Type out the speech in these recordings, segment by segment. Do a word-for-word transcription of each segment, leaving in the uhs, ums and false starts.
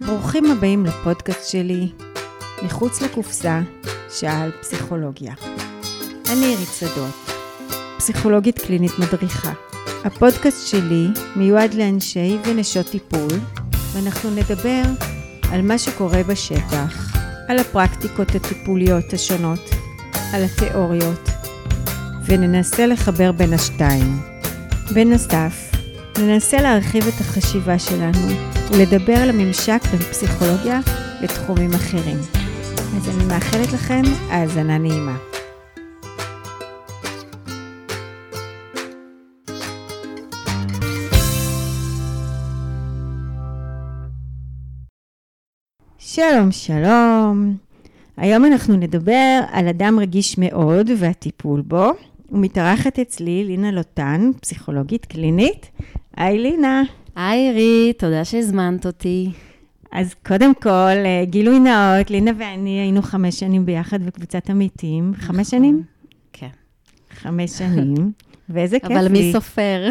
ברוכים הבאים לפודקאסט שלי, מחוץ לקופסה, שעה על פסיכולוגיה. אני עירית שדות, פסיכולוגית קלינית מדריכה. הפודקאסט שלי מיועד לאנשי ונשות טיפול, ואנחנו נדבר על מה שקורה בשטח, על הפרקטיקות הטיפוליות השונות, על התיאוריות, וננסה לחבר בין השתיים. בנוסף, ננסה להרחיב את החשיבה שלנו ולדבר על הממשק בין פסיכולוגיה לתחומים אחרים. אז אני מאחלת לכם האזנה נעימה. שלום שלום. היום אנחנו נדבר על אדם רגיש מאוד והטיפול בו. ומתארחת אצלי לינה לוטן, פסיכולוגית קלינית. היי לינה. היי עירית, תודה שהזמנת אותי. אז קודם כל, גילוי נאות, לינה ואני היינו חמש שנים ביחד בקבוצת עמיתים. חמש שנים? כן. חמש שנים. ואיזה כיף לי. אבל מי סופר?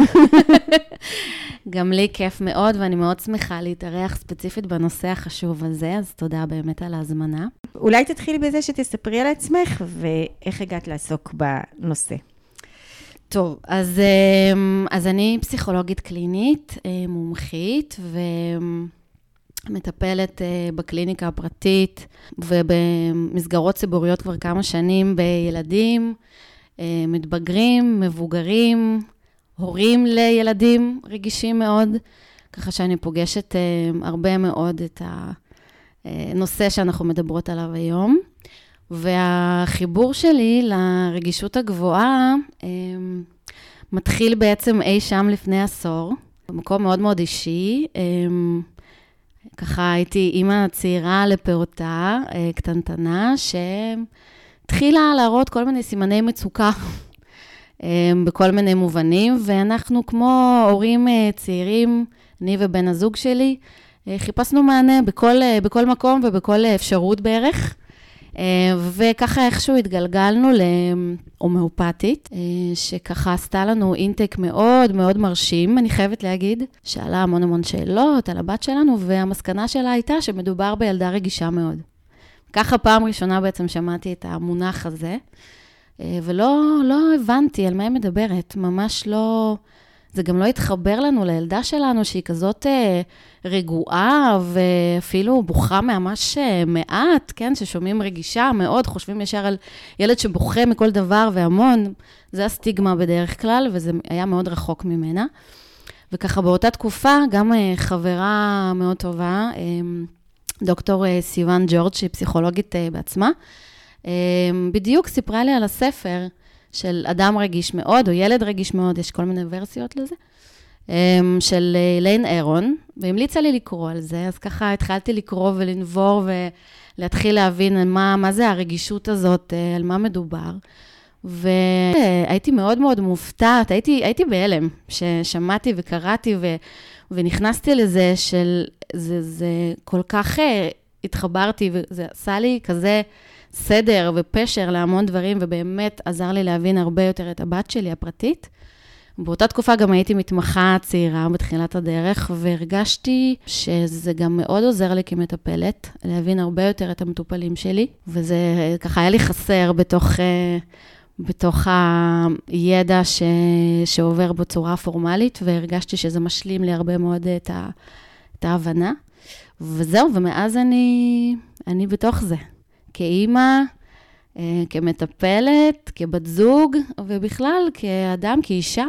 גם לי כיף מאוד, ואני מאוד שמחה להתארח ספציפית בנושא החשוב הזה, אז תודה באמת על ההזמנה. אולי תתחילי בזה שתספרי על עצמך, ואיך הגעת לעסוק בנושא. טוב, אז, אז אני פסיכולוגית קלינית, מומחית, ומטפלת בקליניקה הפרטית, ובמסגרות ציבוריות כבר כמה שנים בילדים, מתבגרים, מבוגרים, הורים לילדים רגישים מאוד, ככה שאני פוגשת הרבה מאוד את הנושא שאנחנו מדברות עליו היום. והחיבור שלי לרגישות הגבוהה מתחיל בעצם אי שם לפני עשור, במקום מאוד מאוד אישי. ככה הייתי אימא צעירה לפעוטה קטנטנה, שהתחילה להראות כל מיני סימני מצוקה בכל מיני מובנים, ואנחנו כמו הורים צעירים, אני ובן הזוג שלי, חיפשנו מענה בכל, בכל מקום ובכל אפשרות בערך, וככה איכשהו התגלגלנו להומאופתית, שככה עשתה לנו אינטק מאוד מאוד מרשים, אני חייבת להגיד, שאלה המון המון שאלות על הבת שלנו, והמסקנה שלה הייתה שמדובר בילדה רגישה מאוד. ככה פעם ראשונה בעצם שמעתי את המונח הזה, ולא לא הבנתי על מה היא מדברת, ממש לא, זה גם לא התחבר לנו לילדה שלנו, שהיא כזאת רגועה, ואפילו בוכה ממש מעט, כן, ששומעים רגישה מאוד, חושבים ישר על ילד שבוכה מכל דבר והמון, זה הסטיגמה בדרך כלל, וזה היה מאוד רחוק ממנה. וככה באותה תקופה, גם חברה מאוד טובה, דוקטור סיוון ג'ורג', שהיא פסיכולוגית בעצמה, בדיוק סיפרה לי על הספר של אדם רגיש מאוד, או ילד רגיש מאוד, יש כל מיני ורסיות לזה, של ליין אירון, והמליצה לי לקרוא על זה, אז ככה התחלתי לקרוא ולנבור, ולהתחיל להבין מה, מה זה הרגישות הזאת, על מה מדובר, והייתי מאוד מאוד מופתעת, הייתי, הייתי בהלם, ששמעתי וקראתי, ו, ונכנסתי לזה, של, זה, זה כל כך התחברתי, וזה עשה לי כזה, סדר ופשר להמון דברים, ובאמת עזר לי להבין הרבה יותר את הבת שלי הפרטית. באותה תקופה גם הייתי מתמחה צעירה בתחילת הדרך, והרגשתי שזה גם מאוד עוזר לי כמטפלת, להבין הרבה יותר את המטופלים שלי, וזה ככה היה לי חסר בתוך, בתוך הידע ש, שעובר בצורה פורמלית, והרגשתי שזה משלים לי הרבה מאוד את, ה, את ההבנה. וזהו, ומאז אני, אני בתוך זה. כאימא, כמטפלת, כבת זוג, ובכלל כאדם, כאישה,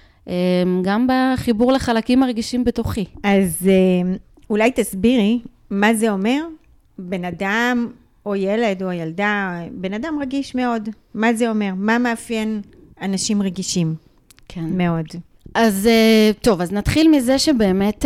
גם בחיבור לחלקים הרגישים בתוכי. אז אולי תסבירי מה זה אומר, בן אדם או ילד או ילדה, בן אדם רגיש מאוד. מה זה אומר? מה מאפיין אנשים רגישים? כן. מאוד. אז טוב, אז נתחיל מזה שבאמת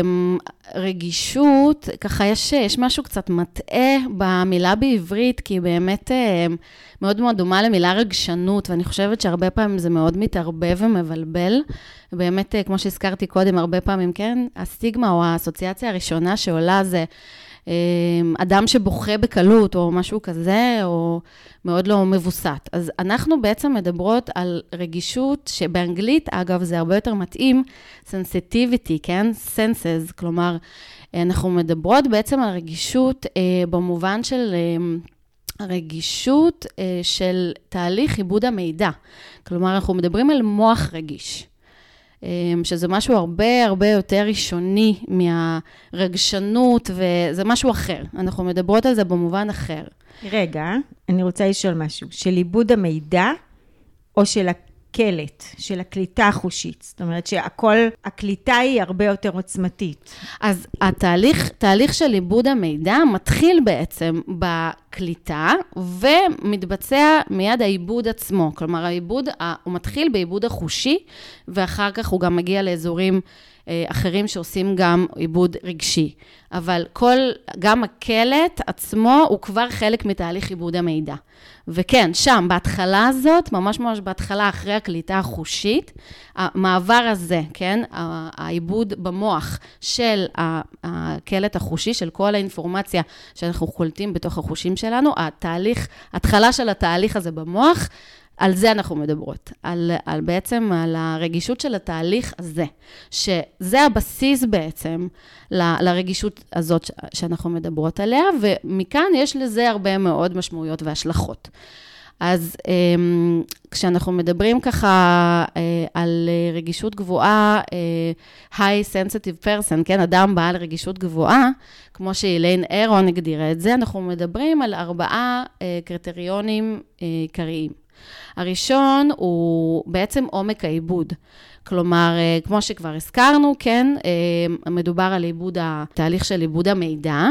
רגישות, ככה יש, יש משהו קצת מטעה במילה בעברית, כי באמת מאוד מאוד דומה למילה רגשנות, ואני חושבת שהרבה פעמים זה מאוד מתערבב ומבלבל, באמת, כמו שהזכרתי קודם, הרבה פעמים, כן, הסטיגמה או האסוציאציה הראשונה שעולה זה אדם שבוכה בקלות או משהו כזה, או מאוד לא מבוסת. אז אנחנו בעצם מדברות על רגישות, שבאנגלית, אגב, זה הרבה יותר מתאים, sensitivity, כן? senses, כלומר, אנחנו מדברות בעצם על רגישות במובן של רגישות של תהליך עיבוד המידע. כלומר, אנחנו מדברים על מוח רגיש, שזה משהו הרבה הרבה יותר ראשוני מהרגשנות, וזה משהו אחר. אנחנו מדברות על זה במובן אחר. רגע, אני רוצה לשאול משהו. של עיבוד המידע או של הקלט, של הקליטה החושית? זאת אומרת שהכל, הקליטה היא הרבה יותר עוצמתית. אז התהליך, תהליך של עיבוד המידע מתחיל בעצם בקליטה, ומתבצע מיד העיבוד עצמו. כלומר, העיבוד, הוא מתחיל בעיבוד החושי, ואחר כך הוא גם מגיע לאזורים אחרים שעושים גם עיבוד רגשי. אבל כל, גם הקלט עצמו הוא כבר חלק מתהליך עיבוד המידע. וכן, שם, בהתחלה הזאת, ממש ממש בהתחלה, אחרי הקליטה החושית, המעבר הזה, כן, העיבוד במוח של הקלט החושי, של כל האינפורמציה שאנחנו קולטים בתוך החושים שלנו, התהליך, התחלה של התהליך הזה במוח, על זה אנחנו מדברות, על, על בעצם על הרגישות של התהליך הזה, שזה הבסיס בעצם ל, לרגישות הזאת שאנחנו מדברות עליה, ומכאן יש לזה הרבה מאוד משמעויות והשלכות. אז כשאנחנו מדברים ככה על רגישות גבוהה, high sensitive person, כן, אדם בעל רגישות גבוהה, כמו שאיליין ארון הגדירה את זה, אנחנו מדברים על ארבעה קריטריונים עיקריים. הראשון הוא בעצם עומק העיבוד. כלומר, כמו שכבר הזכרנו, כן, מדובר על עיבוד, התהליך של עיבוד המידע,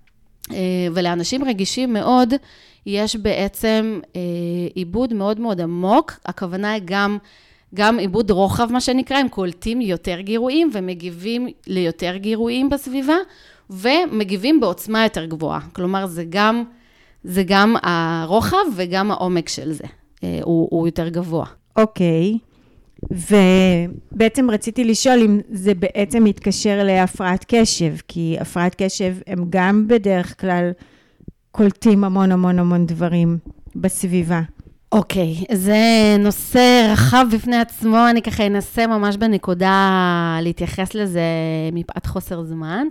ולאנשים רגישים מאוד, יש בעצם עיבוד מאוד מאוד עמוק, הכוונה היא גם, גם עיבוד רוחב, מה שנקרא, הם קולטים יותר גירויים, ומגיבים ליותר גירויים בסביבה, ומגיבים בעוצמה יותר גבוהה. כלומר, זה גם, זה גם הרוחב וגם העומק של זה. הוא, הוא יותר גבוה. אוקיי, ובעצם רציתי לשאול אם זה בעצם מתקשר להפרעת קשב, כי הפרעת קשב הם גם בדרך כלל קולטים המון המון המון דברים בסביבה. אוקיי, זה נושא רחב בפני עצמו, אני ככה אנסה ממש בנקודה להתייחס לזה מפאת חוסר זמן.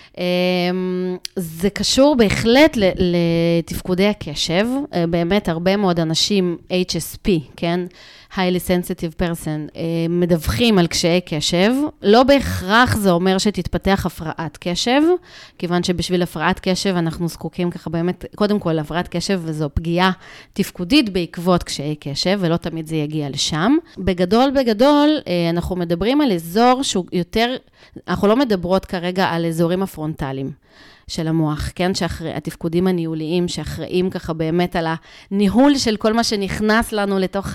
זה קשור בהחלט לתפקודי הקשב, באמת הרבה מאוד אנשים H S P, כן? highly sensitive person, מדווחים על קשיי קשב, לא בהכרח זה אומר שתתפתח הפרעת קשב, כיוון שבשביל הפרעת קשב אנחנו זקוקים ככה באמת, קודם כל הפרעת קשב וזו פגיעה תפקודית בעקבות קשיי קשב, ולא תמיד זה יגיע לשם. בגדול בגדול, אנחנו מדברים על אזור שהוא יותר, אנחנו לא מדברות כרגע על אזורים הפרונטליים. של המוח, כן? שאחרי, התפקודים הניהוליים שאחראים ככה באמת על הניהול של כל מה שנכנס לנו לתוך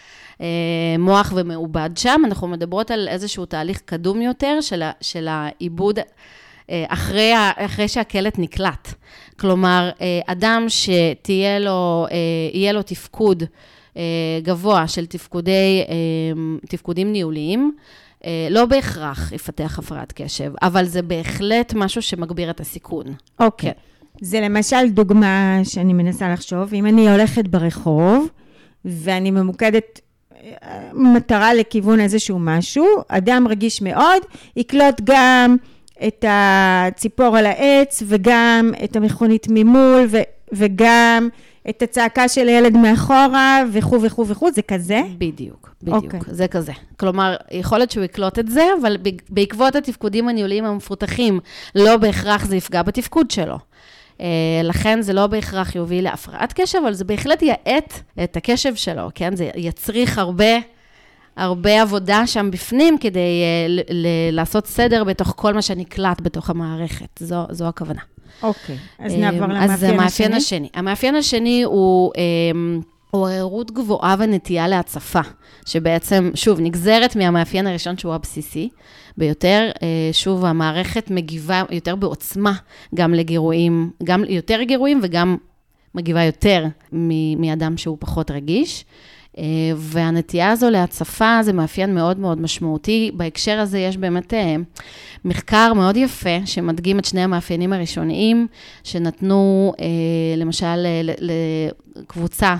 המוח ומעובד שם. אנחנו מדברות על איזשהו תהליך קדום יותר של, של העיבוד אחרי, אחרי שהקלט נקלט. כלומר, אדם שתהיה לו, יהיה לו תפקוד גבוה של תפקודי, תפקודים ניהוליים, לא בהכרח יפתח הפרעת קשב, אבל זה בהחלט משהו שמגביר את הסיכון. אוקיי. זה למשל דוגמה שאני מנסה לחשוב, אם אני הולכת ברחוב, ואני ממוקדת מטרה לכיוון איזשהו משהו, אדם רגיש מאוד, יקלוט גם את הציפור על העץ, וגם את המכונית ממול, ו- וגם את הצעקה של הילד מאחורה, וכו' וכו' וכו', זה כזה? בדיוק, בדיוק, okay. זה כזה. כלומר, יכול להיות שהוא יקלוט את זה, אבל בעקבות התפקודים הניהוליים המפותחים, לא בהכרח זה יפגע בתפקוד שלו. לכן זה לא בהכרח יוביל להפרעת קשב, אבל זה בהחלט יעט את הקשב שלו, כן? זה יצריך הרבה, הרבה עבודה שם בפנים, כדי ל- ל- לעשות סדר בתוך כל מה שנקלט בתוך המערכת. זו, זו הכוונה. אוקיי, אז נעבור למאפיין השני. אז המאפיין השני. המאפיין השני הוא עוררות גבוהה ונטייה להצפה, שבעצם, שוב, נגזרת מהמאפיין הראשון שהוא הבסיסי ביותר. שוב, המערכת מגיבה יותר בעוצמה, גם לגירויים, גם יותר גירויים וגם מגיבה יותר מאדם שהוא פחות רגיש. והנטייה הזו להצפה זה מאפיין מאוד מאוד משמעותי. בהקשר הזה יש באמת מחקר מאוד יפה שמדגים את שני המאפיינים הראשוניים שנתנו למשל לקבוצה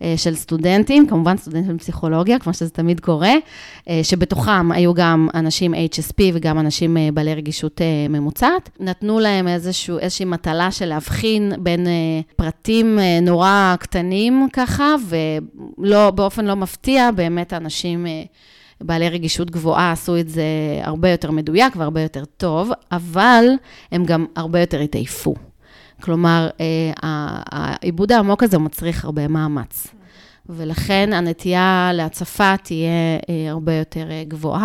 של סטודנטים, כמובן סטודנטים פסיכולוגיה, כמו שזה תמיד קורה, שבתוכם היו גם אנשים אייץ' אס פי וגם אנשים בעלי רגישות ממוצעת. נתנו להם איזשהו, איזושהי מטלה של להבחין בין פרטים נורא קטנים ככה, ולא, באופן לא מפתיע, באמת האנשים בעלי רגישות גבוהה עשו את זה הרבה יותר מדויק והרבה יותר טוב, אבל הם גם הרבה יותר התעייפו. כלומר, העיבוד העמוק הזה מצריך הרבה מאמץ. ולכן הנטייה להצפה תהיה הרבה יותר גבוהה.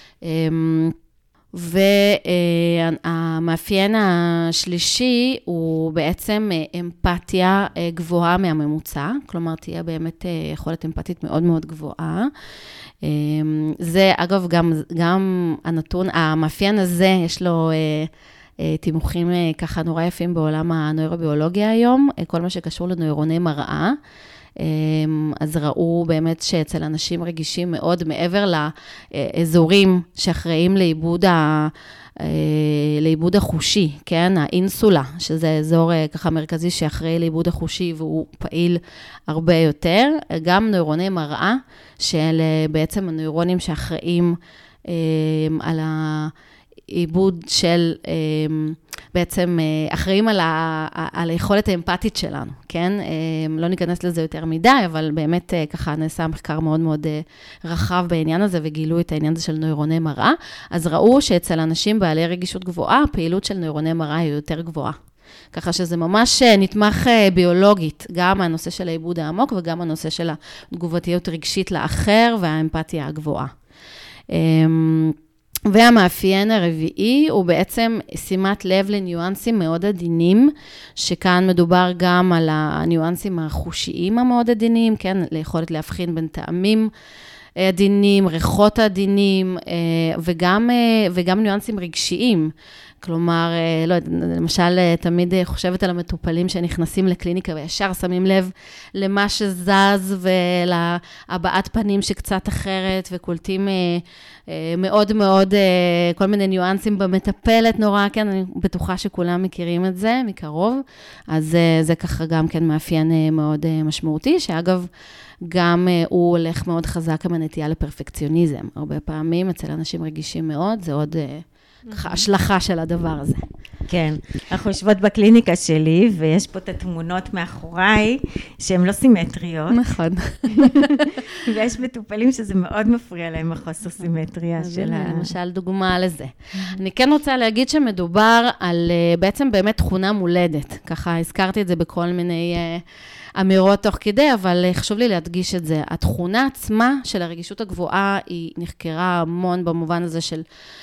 והמאפיין השלישי הוא בעצם אמפתיה גבוהה מהממוצע, כלומר תהיה באמת יכולת אמפתית מאוד מאוד גבוהה. זה אגב גם, גם הנתון, המאפיין הזה יש לו תימוכים ככה נורא יפים בעולם הנוירוביולוגיה היום, כל מה שקשור לנוירוני מראה. אז ראו באמת שאצל אנשים רגישים מאוד מעבר לאזורים שאחראים לעיבוד, ה, לעיבוד החושי, כן? האינסולה, שזה אזור ככה מרכזי שאחראי לעיבוד החושי והוא פעיל הרבה יותר. גם נוירוני מראה, שאלה בעצם הנוירונים שאחראים על העיבוד של... בעצם אחראים על, ה, על היכולת האמפתית שלנו, כן? לא ניכנס לזה יותר מדי, אבל באמת ככה נעשה מחקר מאוד מאוד רחב בעניין הזה, וגילו את העניין הזה של נוירוני מראה, אז ראו שאצל אנשים בעלי רגישות גבוהה, הפעילות של נוירוני מראה היא יותר גבוהה. ככה שזה ממש נתמך ביולוגית, גם הנושא של העיבוד העמוק, וגם הנושא של התגובתיות רגשית לאחר, והאמפתיה הגבוהה. והמאפיין הרביעי הוא בעצם שימת לב לניואנסים מאוד עדינים, שכאן מדובר גם על הניואנסים החושיים המאוד עדינים, כן, ליכולת להבחין בין טעמים עדינים, ריחות עדינים, וגם, וגם ניואנסים רגשיים. כלומר, לא, למשל, תמיד חושבת על המטופלים שנכנסים לקליניקה וישר שמים לב למה שזז ולהבעת פנים שקצת אחרת וקולטים מאוד מאוד כל מיני ניואנסים במטפלת נורא, כן, אני בטוחה שכולם מכירים את זה מקרוב, אז זה ככה גם כן מאפיין מאוד משמעותי, שאגב, גם הוא הולך מאוד חזק עם הנטייה לפרפקציוניזם. הרבה פעמים אצל אנשים רגישים מאוד, זה עוד ככה השלכה של הדבר הזה. כן, אנחנו יושבות בקליניקה שלי, ויש פה את התמונות מאחוריי, שהן לא סימטריות. נכון. ויש מטופלים שזה מאוד מפריע להם, החוסר סימטריה של ה... למשל דוגמה לזה. אני כן רוצה להגיד שמדובר על בעצם באמת תכונה מולדת. ככה הזכרתי את זה בכל מיני אמירות תוך כדי, אבל חשוב לי להדגיש את זה. התכונה עצמה של הרגישות הגבוהה, היא נחקרה המון במובן הזה של...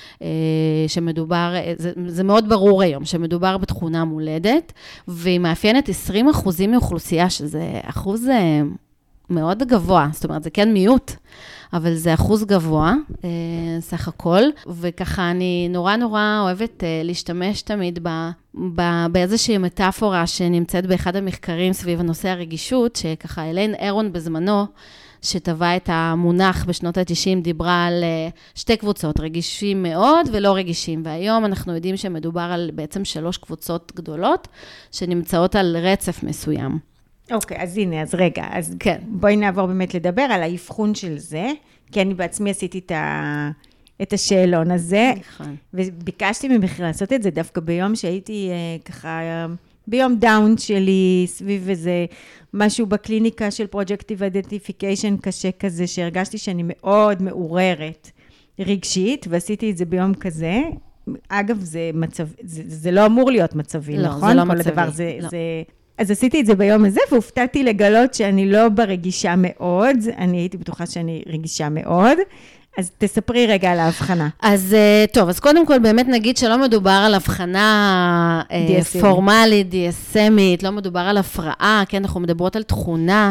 שמדובר, זה, זה מאוד ברור היום, שמדובר בתכונה מולדת, והיא מאפיינת עשרים אחוזים מאוכלוסייה, שזה אחוז מאוד גבוה, זאת אומרת, זה כן מיעוט, אבל זה אחוז גבוה, סך הכל, וככה אני נורא נורא אוהבת להשתמש תמיד ב, ב, באיזושהי מטאפורה שנמצאת באחד המחקרים סביב הנושא הרגישות, שככה אלן אירון בזמנו, שטבע את המונח בשנות ה-תשעים, דיברה על שתי קבוצות, רגישים מאוד ולא רגישים, והיום אנחנו יודעים שמדובר על בעצם שלוש קבוצות גדולות, שנמצאות על רצף מסוים. אוקיי, אז הנה, אז רגע, אז כן. בואי נעבור באמת לדבר על האבחון של זה, כי אני בעצמי עשיתי את ה... את השאלון הזה, נכון. וביקשתי ממך לעשות את זה דווקא ביום שהייתי ככה... ביום דאון שלי, סביב איזה משהו בקליניקה של פרוג'קטיב אידנטיפיקיישן קשה כזה, שהרגשתי שאני מאוד מעוררת רגשית, ועשיתי את זה ביום כזה. אגב, זה מצב, זה, זה לא אמור להיות מצבי, לא, נכון? זה לא כל מצבי. הדבר זה, לא. זה... אז עשיתי את זה ביום הזה, והופתעתי לגלות שאני לא ברגישה מאוד, אני הייתי בטוחה שאני רגישה מאוד, אז תספרי רגע על ההבחנה. אז טוב, אז קודם כל באמת נגיד שלא מדובר על הבחנה פורמלית, דיאסמית, לא מדובר על הפרעה, כן, אנחנו מדברות על תכונה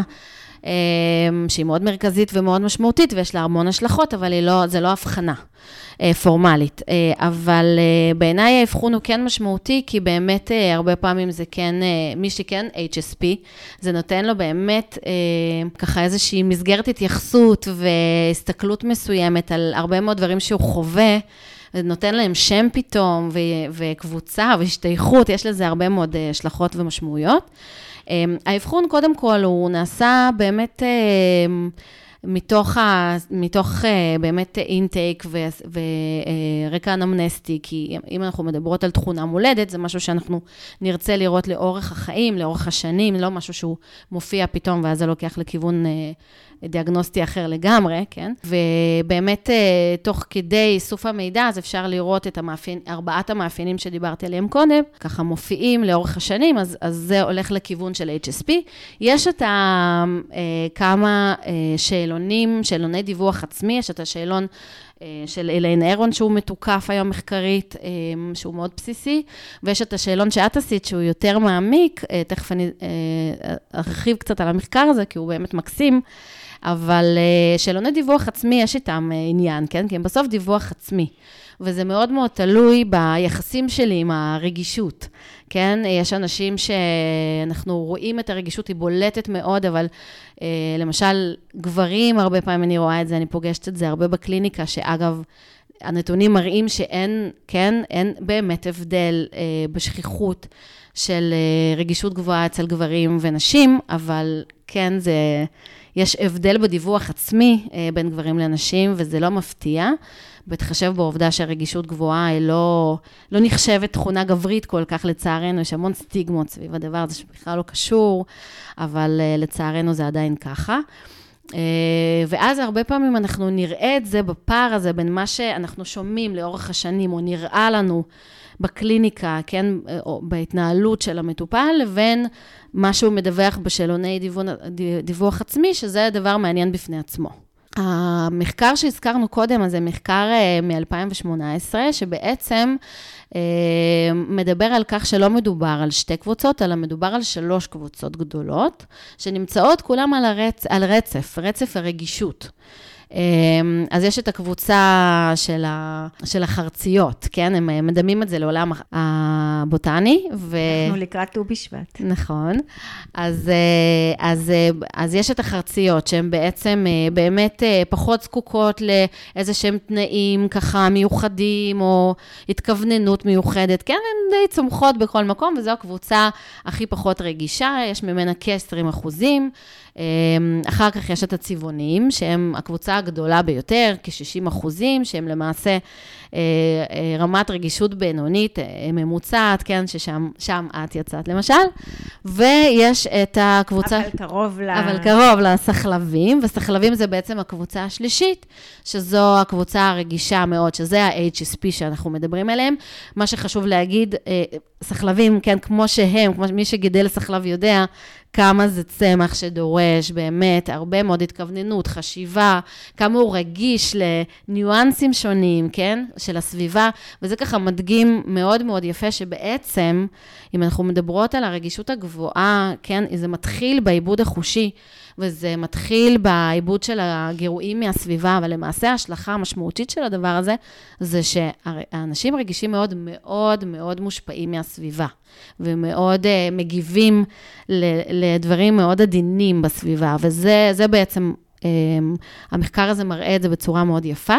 שהיא מאוד מרכזית ומאוד משמעותית, ויש לה המון השלכות, אבל לא, זה לא הבחנה פורמלית. אבל בעיניי האבחון הוא כן משמעותי, כי באמת הרבה פעמים זה כן, מי שכן אייץ' אס פי, זה נותן לו באמת ככה איזושהי מסגרת התייחסות והסתכלות מסוימת על הרבה מאוד דברים שהוא חווה, נותן להם שם פתאום, ו- וקבוצה, והשתייכות, יש לזה הרבה מאוד השלכות ומשמעויות. האבחון, קודם כל, הוא נעשה באמת מתוך, ה, מתוך באמת אינטייק ו, ורקע אנמנסטי, כי אם אנחנו מדברות על תכונה מולדת, זה משהו שאנחנו נרצה לראות לאורך החיים, לאורך השנים, לא משהו שהוא מופיע פתאום, ואז זה לוקח לכיוון דיאגנוסטי אחר לגמרי, כן? ובאמת, תוך כדי איסוף המידע, אז אפשר לראות את המאפיין, ארבעת המאפיינים שדיברתי עליהם קודם, ככה מופיעים לאורך השנים, אז, אז זה הולך לכיוון של אייץ' אס פי. יש את ה, כמה שאלונים, שאלוני דיווח עצמי, יש את השאלון של איליין אהרון, שהוא מתוקף היום מחקרית, שהוא מאוד בסיסי, ויש את השאלון שאת עשית, שהוא יותר מעמיק, תכף אני ארחיב קצת על המחקר הזה, כי הוא באמת מקסים, אבל שאלוני דיווח עצמי יש איתם עניין, כן? כי הם בסוף דיווח עצמי, וזה מאוד מאוד תלוי ביחסים שלי עם הרגישות, כן? יש אנשים שאנחנו רואים את הרגישות, היא בולטת מאוד, אבל למשל גברים, הרבה פעמים אני רואה את זה, אני פוגשת את זה הרבה בקליניקה, שאגב, הנתונים מראים שאין, כן? אין באמת הבדל בשכיחות של רגישות גבוהה אצל גברים ונשים, אבל כן, זה, יש הבדל בדיווח עצמי בין גברים לנשים, וזה לא מפתיע, בהתחשב בעובדה שהרגישות גבוהה היא לא, לא נחשבת תכונה גברית כל כך לצערנו, יש המון סטיגמות סביב הדבר הזה שבכלל לא קשור, אבל לצערנו זה עדיין ככה. ואז הרבה פעמים אנחנו נראה את זה בפער הזה בין מה שאנחנו שומעים לאורך השנים, או נראה לנו בקליניקה, כן, או בהתנהלות של המטופל, לבין מה שהוא מדווח בשאלוני דיווח, דיווח עצמי, שזה דבר מעניין בפני עצמו. המחקר שהזכרנו קודם, אז זה מחקר מ-אלפיים שמונה עשרה, שבעצם מדבר על כך שלא מדובר על שתי קבוצות, אלא מדובר על שלוש קבוצות גדולות, שנמצאות כולם על, הרצ... על רצף, רצף הרגישות. אז יש את הקבוצה של, ה... של החרציות, כן? הם מדמים את זה לעולם הבוטני. ו... אנחנו לקראת ט"ו בשבט. נכון. אז, אז, אז יש את החרציות, שהן בעצם באמת פחות זקוקות לאיזה שהם תנאים ככה מיוחדים, או התכווננות מיוחדת. כן, הן די צומחות בכל מקום, וזו הקבוצה הכי פחות רגישה, יש ממנה כ-עשרים אחוזים. אחר כך יש את הצבעונים, שהם הקבוצה הגדולה ביותר, כ-שישים אחוזים, שהם למעשה רמת רגישות בינונית, ממוצעת, כן, ששם שם את יצאת למשל, ויש את הקבוצה... אבל קרוב ל... אבל קרוב לסחלבים, וסחלבים זה בעצם הקבוצה השלישית, שזו הקבוצה הרגישה מאוד, שזה ה-אייץ' אס פי שאנחנו מדברים עליהם. מה שחשוב להגיד, סחלבים, כן, כמו שהם, כמו מי שגידל סחלב יודע, כמה זה צמח שדורש, באמת, הרבה מאוד התכווננות, חשיבה, כמה הוא רגיש לניואנסים שונים, כן, של הסביבה, וזה ככה מדגים מאוד מאוד יפה, שבעצם, אם אנחנו מדברות על הרגישות הגבוהה, כן, זה מתחיל בעיבוד החושי, וזה מתחיל בעיבוד של הגירויים מהסביבה, אבל למעשה ההשלכה המשמעותית של הדבר הזה, זה שהאנשים רגישים מאוד מאוד מאוד מושפעים מהסביבה, ומאוד uh, מגיבים לדברים מאוד עדינים בסביבה, וזה זה בעצם, um, המחקר הזה מראה את זה בצורה מאוד יפה,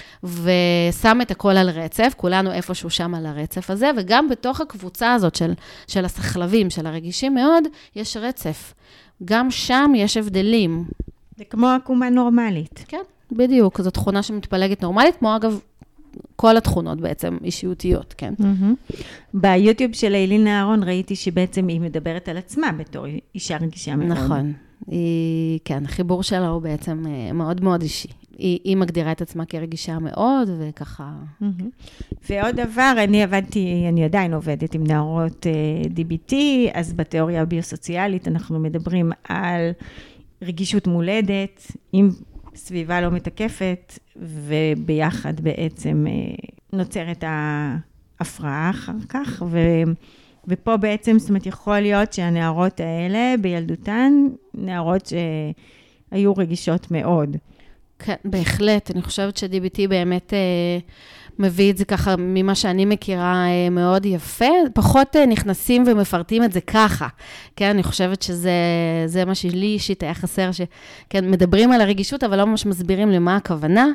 ושם את הכל על רצף, כולנו איפשהו שם על הרצף הזה, וגם בתוך הקבוצה הזאת של, של הסחלבים, של הרגישים מאוד, יש רצף. גם שם יש הבדלים. זה כמו עקומה נורמלית. כן, בדיוק. זו תכונה שמתפלגת נורמלית, כמו אגב, כל התכונות בעצם אישיותיות, כן. Mm-hmm. ביוטיוב של איליין אהרון ראיתי שבעצם היא מדברת על עצמה בתור אישה רגישה מאוד. נכון. היא, כן, החיבור שלה הוא בעצם מאוד מאוד אישי. היא, היא מגדירה את עצמה כרגישה מאוד, וככה... Mm-hmm. ועוד דבר, אני עבדתי, אני עדיין עובדת עם נערות די בי טי, אז בתיאוריה הביוסוציאלית אנחנו מדברים על רגישות מולדת, עם סביבה לא מתקפת, וביחד בעצם נוצרת ההפרעה אחר כך, ו... ופה בעצם, זאת אומרת, יכול להיות שהנערות האלה בילדותן, נערות שהיו רגישות מאוד. כן, בהחלט. אני חושבת ש-די בי טי באמת אה, מביא את זה ככה, ממה שאני מכירה אה, מאוד יפה. פחות אה, נכנסים ומפרטים את זה ככה. כן, אני חושבת שזה זה מה שלי אישית היה חסר, שכן, מדברים על הרגישות, אבל לא ממש מסבירים למה הכוונה.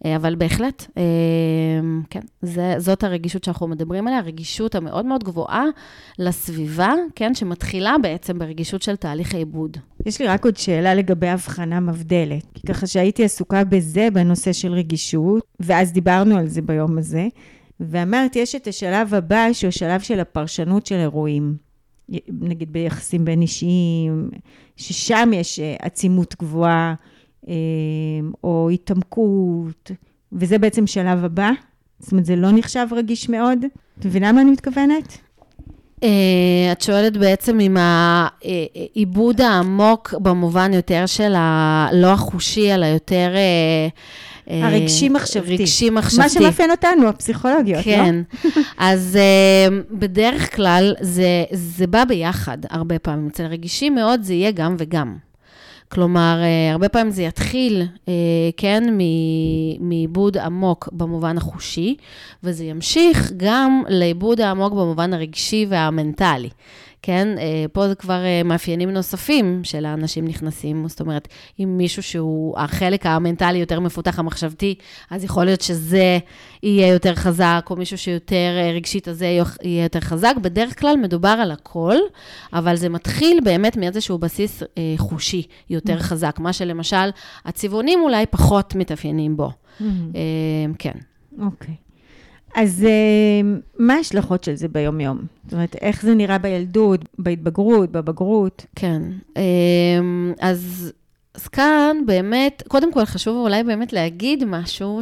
אבל בהחלט, כן, זה, זאת הרגישות שאנחנו מדברים עליה, הרגישות המאוד מאוד גבוהה לסביבה, כן, שמתחילה בעצם ברגישות של תהליך העיבוד. יש לי רק עוד שאלה לגבי הבחנה מבדלת, כי ככה שהייתי עסוקה בזה, בנושא של רגישות, ואז דיברנו על זה ביום הזה, ואמרתי, יש את השלב הבא, שהוא השלב של הפרשנות של אירועים, נגיד ביחסים בין אישיים, ששם יש עצימות גבוהה, או התעמקות, וזה בעצם שלב הבא. זאת אומרת, זה לא נחשב רגיש מאוד. את מבינה מה אני מתכוונת? את שואלת בעצם אם העיבוד העמוק במובן יותר של הלא החושי, אלא יותר הרגשי מחשבתי. רגשי מחשבתי. מה שמאפיין אותנו, הפסיכולוגיות, כן. לא? אז בדרך כלל זה, זה בא ביחד הרבה פעמים. אצל רגישים מאוד זה יהיה גם וגם. כלומר, הרבה פעמים זה יתחיל, כן, מעיבוד עמוק במובן החושי, וזה ימשיך גם לעיבוד העמוק במובן הרגשי והמנטלי. כן, פה זה כבר מאפיינים נוספים של האנשים נכנסים, זאת אומרת, אם מישהו שהוא החלק המנטלי יותר מפותח המחשבתי, אז יכול להיות שזה יהיה יותר חזק, או מישהו שיותר רגשית הזה יהיה יותר חזק. בדרך כלל מדובר על הכל, אבל זה מתחיל באמת מאיזשהו בסיס חושי יותר חזק, מה שלמשל הצבעונים אולי פחות מתאפיינים בו. כן. אוקיי. אז מה ההשלכות של זה ביום-יום? זאת אומרת, איך זה נראה בילדות, בהתבגרות, בבגרות? כן. אז, אז כאן באמת, קודם כל חשוב אולי באמת להגיד משהו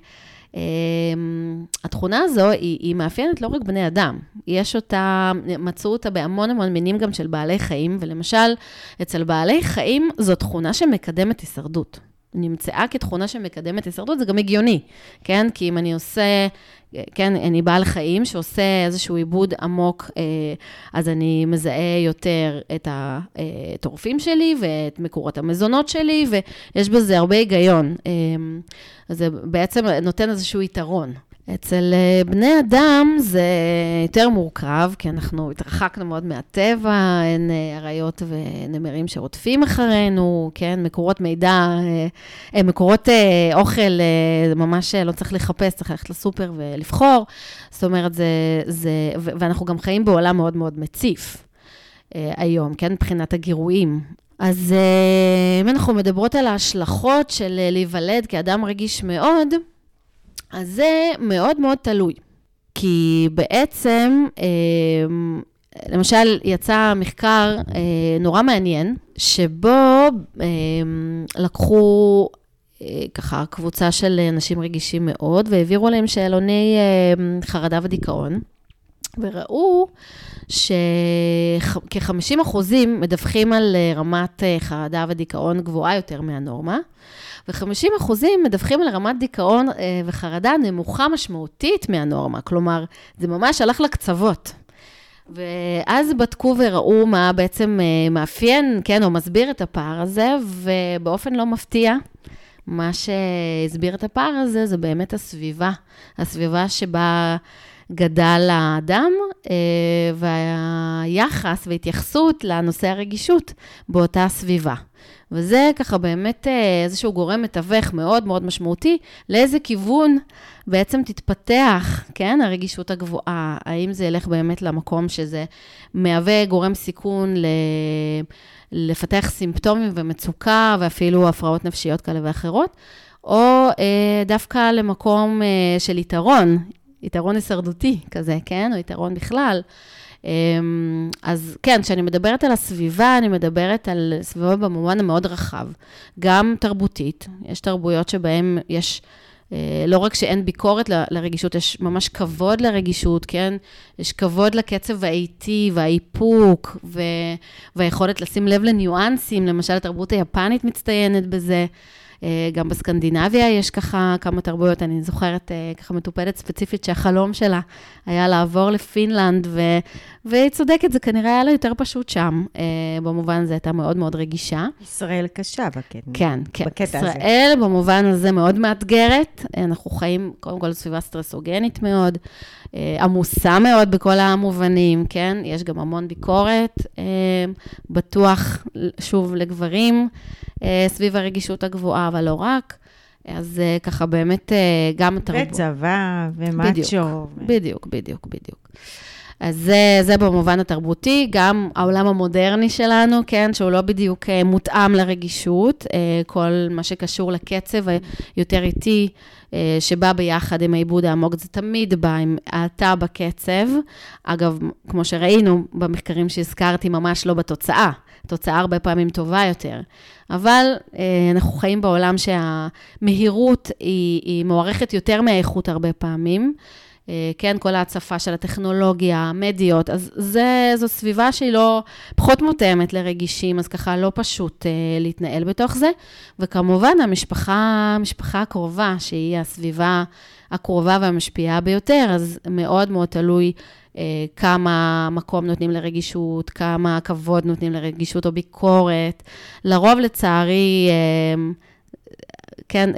שהתכונה הזו היא, היא מאפיינת לא רק בני אדם. יש אותה, מצאו אותה בהמון המון מינים גם של בעלי חיים, ולמשל, אצל בעלי חיים זו תכונה שמקדמת הישרדות. נמצאה כתכונה שמקדמת הישרדות, זה גם הגיוני, כן? כי אם אני עושה, כן, אני בעל חיים שעושה איזשהו עיבוד עמוק, אז אני מזהה יותר את הטורפים שלי ואת מקורות המזונות שלי, ויש בזה הרבה היגיון. אז זה בעצם נותן איזשהו יתרון. אצל בני אדם זה יותר מורכב, כי אנחנו התרחקנו מאוד מהטבע, אין אריות ונמרים שרודפים אחרינו, כן, מקורות מידע, מקורות אוכל, ממש לא צריך לחפש, צריך ללכת לסופר ולבחור, זאת אומרת, זה, זה, ואנחנו גם חיים בעולם מאוד מאוד מציף היום, כן, מבחינת הגירויים. אז אם אנחנו מדברות על ההשלכות של להיוולד כאדם רגיש מאוד, אז זה מאוד מאוד תלוי, כי בעצם, למשל, יצא מחקר נורא מעניין, שבו לקחו ככה קבוצה של אנשים רגישים מאוד, והעבירו להם שאלוני חרדה ודיכאון, וראו שכ-חמישים אחוזים מדווחים על רמת חרדה ודיכאון גבוהה יותר מהנורמה, ו-חמישים אחוזים מדווחים על רמת דיכאון וחרדה נמוכה משמעותית מהנורמה, כלומר, זה ממש הלך לקצוות. ואז בדקו וראו מה בעצם מאפיין, כן, או מסביר את הפער הזה, ובאופן לא מפתיע, מה שהסביר את הפער הזה, זה באמת הסביבה, הסביבה שבה גדל האדם, והיחס והתייחסות לנושא הרגישות באותה סביבה. וזה ככה באמת איזשהו גורם מתווך מאוד מאוד משמעותי, לאיזה כיוון בעצם תתפתח, כן, הרגישות הגבוהה, האם זה ילך באמת למקום שזה מהווה גורם סיכון ל... לפתח סימפטומים ומצוקה, ואפילו הפרעות נפשיות כאלה ואחרות, או אה, דווקא למקום אה, של יתרון, יתרון הישרדותי כזה, כן, או יתרון בכלל. אז כן, כשאני מדברת על הסביבה, אני מדברת על סביבה במובן המאוד רחב, גם תרבותית, יש תרבויות שבהן יש, לא רק שאין ביקורת לרגישות, יש ממש כבוד לרגישות, כן? יש כבוד לקצב האיטי והאיפוק, והיכולת לשים לב לניואנסים, למשל התרבות היפנית מצטיינת בזה, גם בסקנדינביה יש ככה כמה תרבויות, אני זוכרת ככה מטופלת ספציפית שהחלום שלה היה לעבור לפינלנד, ו... והיא צודקת, זה כנראה היה לה יותר פשוט שם, במובן הזה הייתה מאוד מאוד רגישה. ישראל קשה בקטע. כן, כן. בקטע ישראל הזה. במובן הזה מאוד מאתגרת, אנחנו חיים קודם כל סביבה סטרסוגנית מאוד, עמוסה מאוד בכל המובנים, כן? יש גם המון ביקורת, בטוח שוב לגברים, סביב הרגישות הגבוהה, אבל לא רק. אז ככה באמת גם התרבות. וצבא ומאצ'ו. בדיוק, בדיוק, בדיוק. אז זה, זה במובן התרבותי, גם העולם המודרני שלנו, כן, שהוא לא בדיוק מותאם לרגישות, כל מה שקשור לקצב היותר איטי, שבא ביחד עם העיבוד העמוק, זה תמיד בא עם האטה בקצב. אגב, כמו שראינו במחקרים שהזכרתי, ממש לא בתוצאה. תוצאה הרבה פעמים טובה יותר. אבל אנחנו חיים בעולם שהמהירות היא, היא מוערכת יותר מהאיכות הרבה פעמים. כן, כל ההצפה של הטכנולוגיה, המדיות, אז זה, זו סביבה שהיא לא, פחות מותאמת לרגישים, אז ככה לא פשוט אה, להתנהל בתוך זה, וכמובן המשפחה, המשפחה הקרובה, שהיא הסביבה הקרובה והמשפיעה ביותר, אז מאוד מאוד תלוי אה, כמה מקום נותנים לרגישות, כמה כבוד נותנים לרגישות או ביקורת, לרוב לצערי, אה, כן,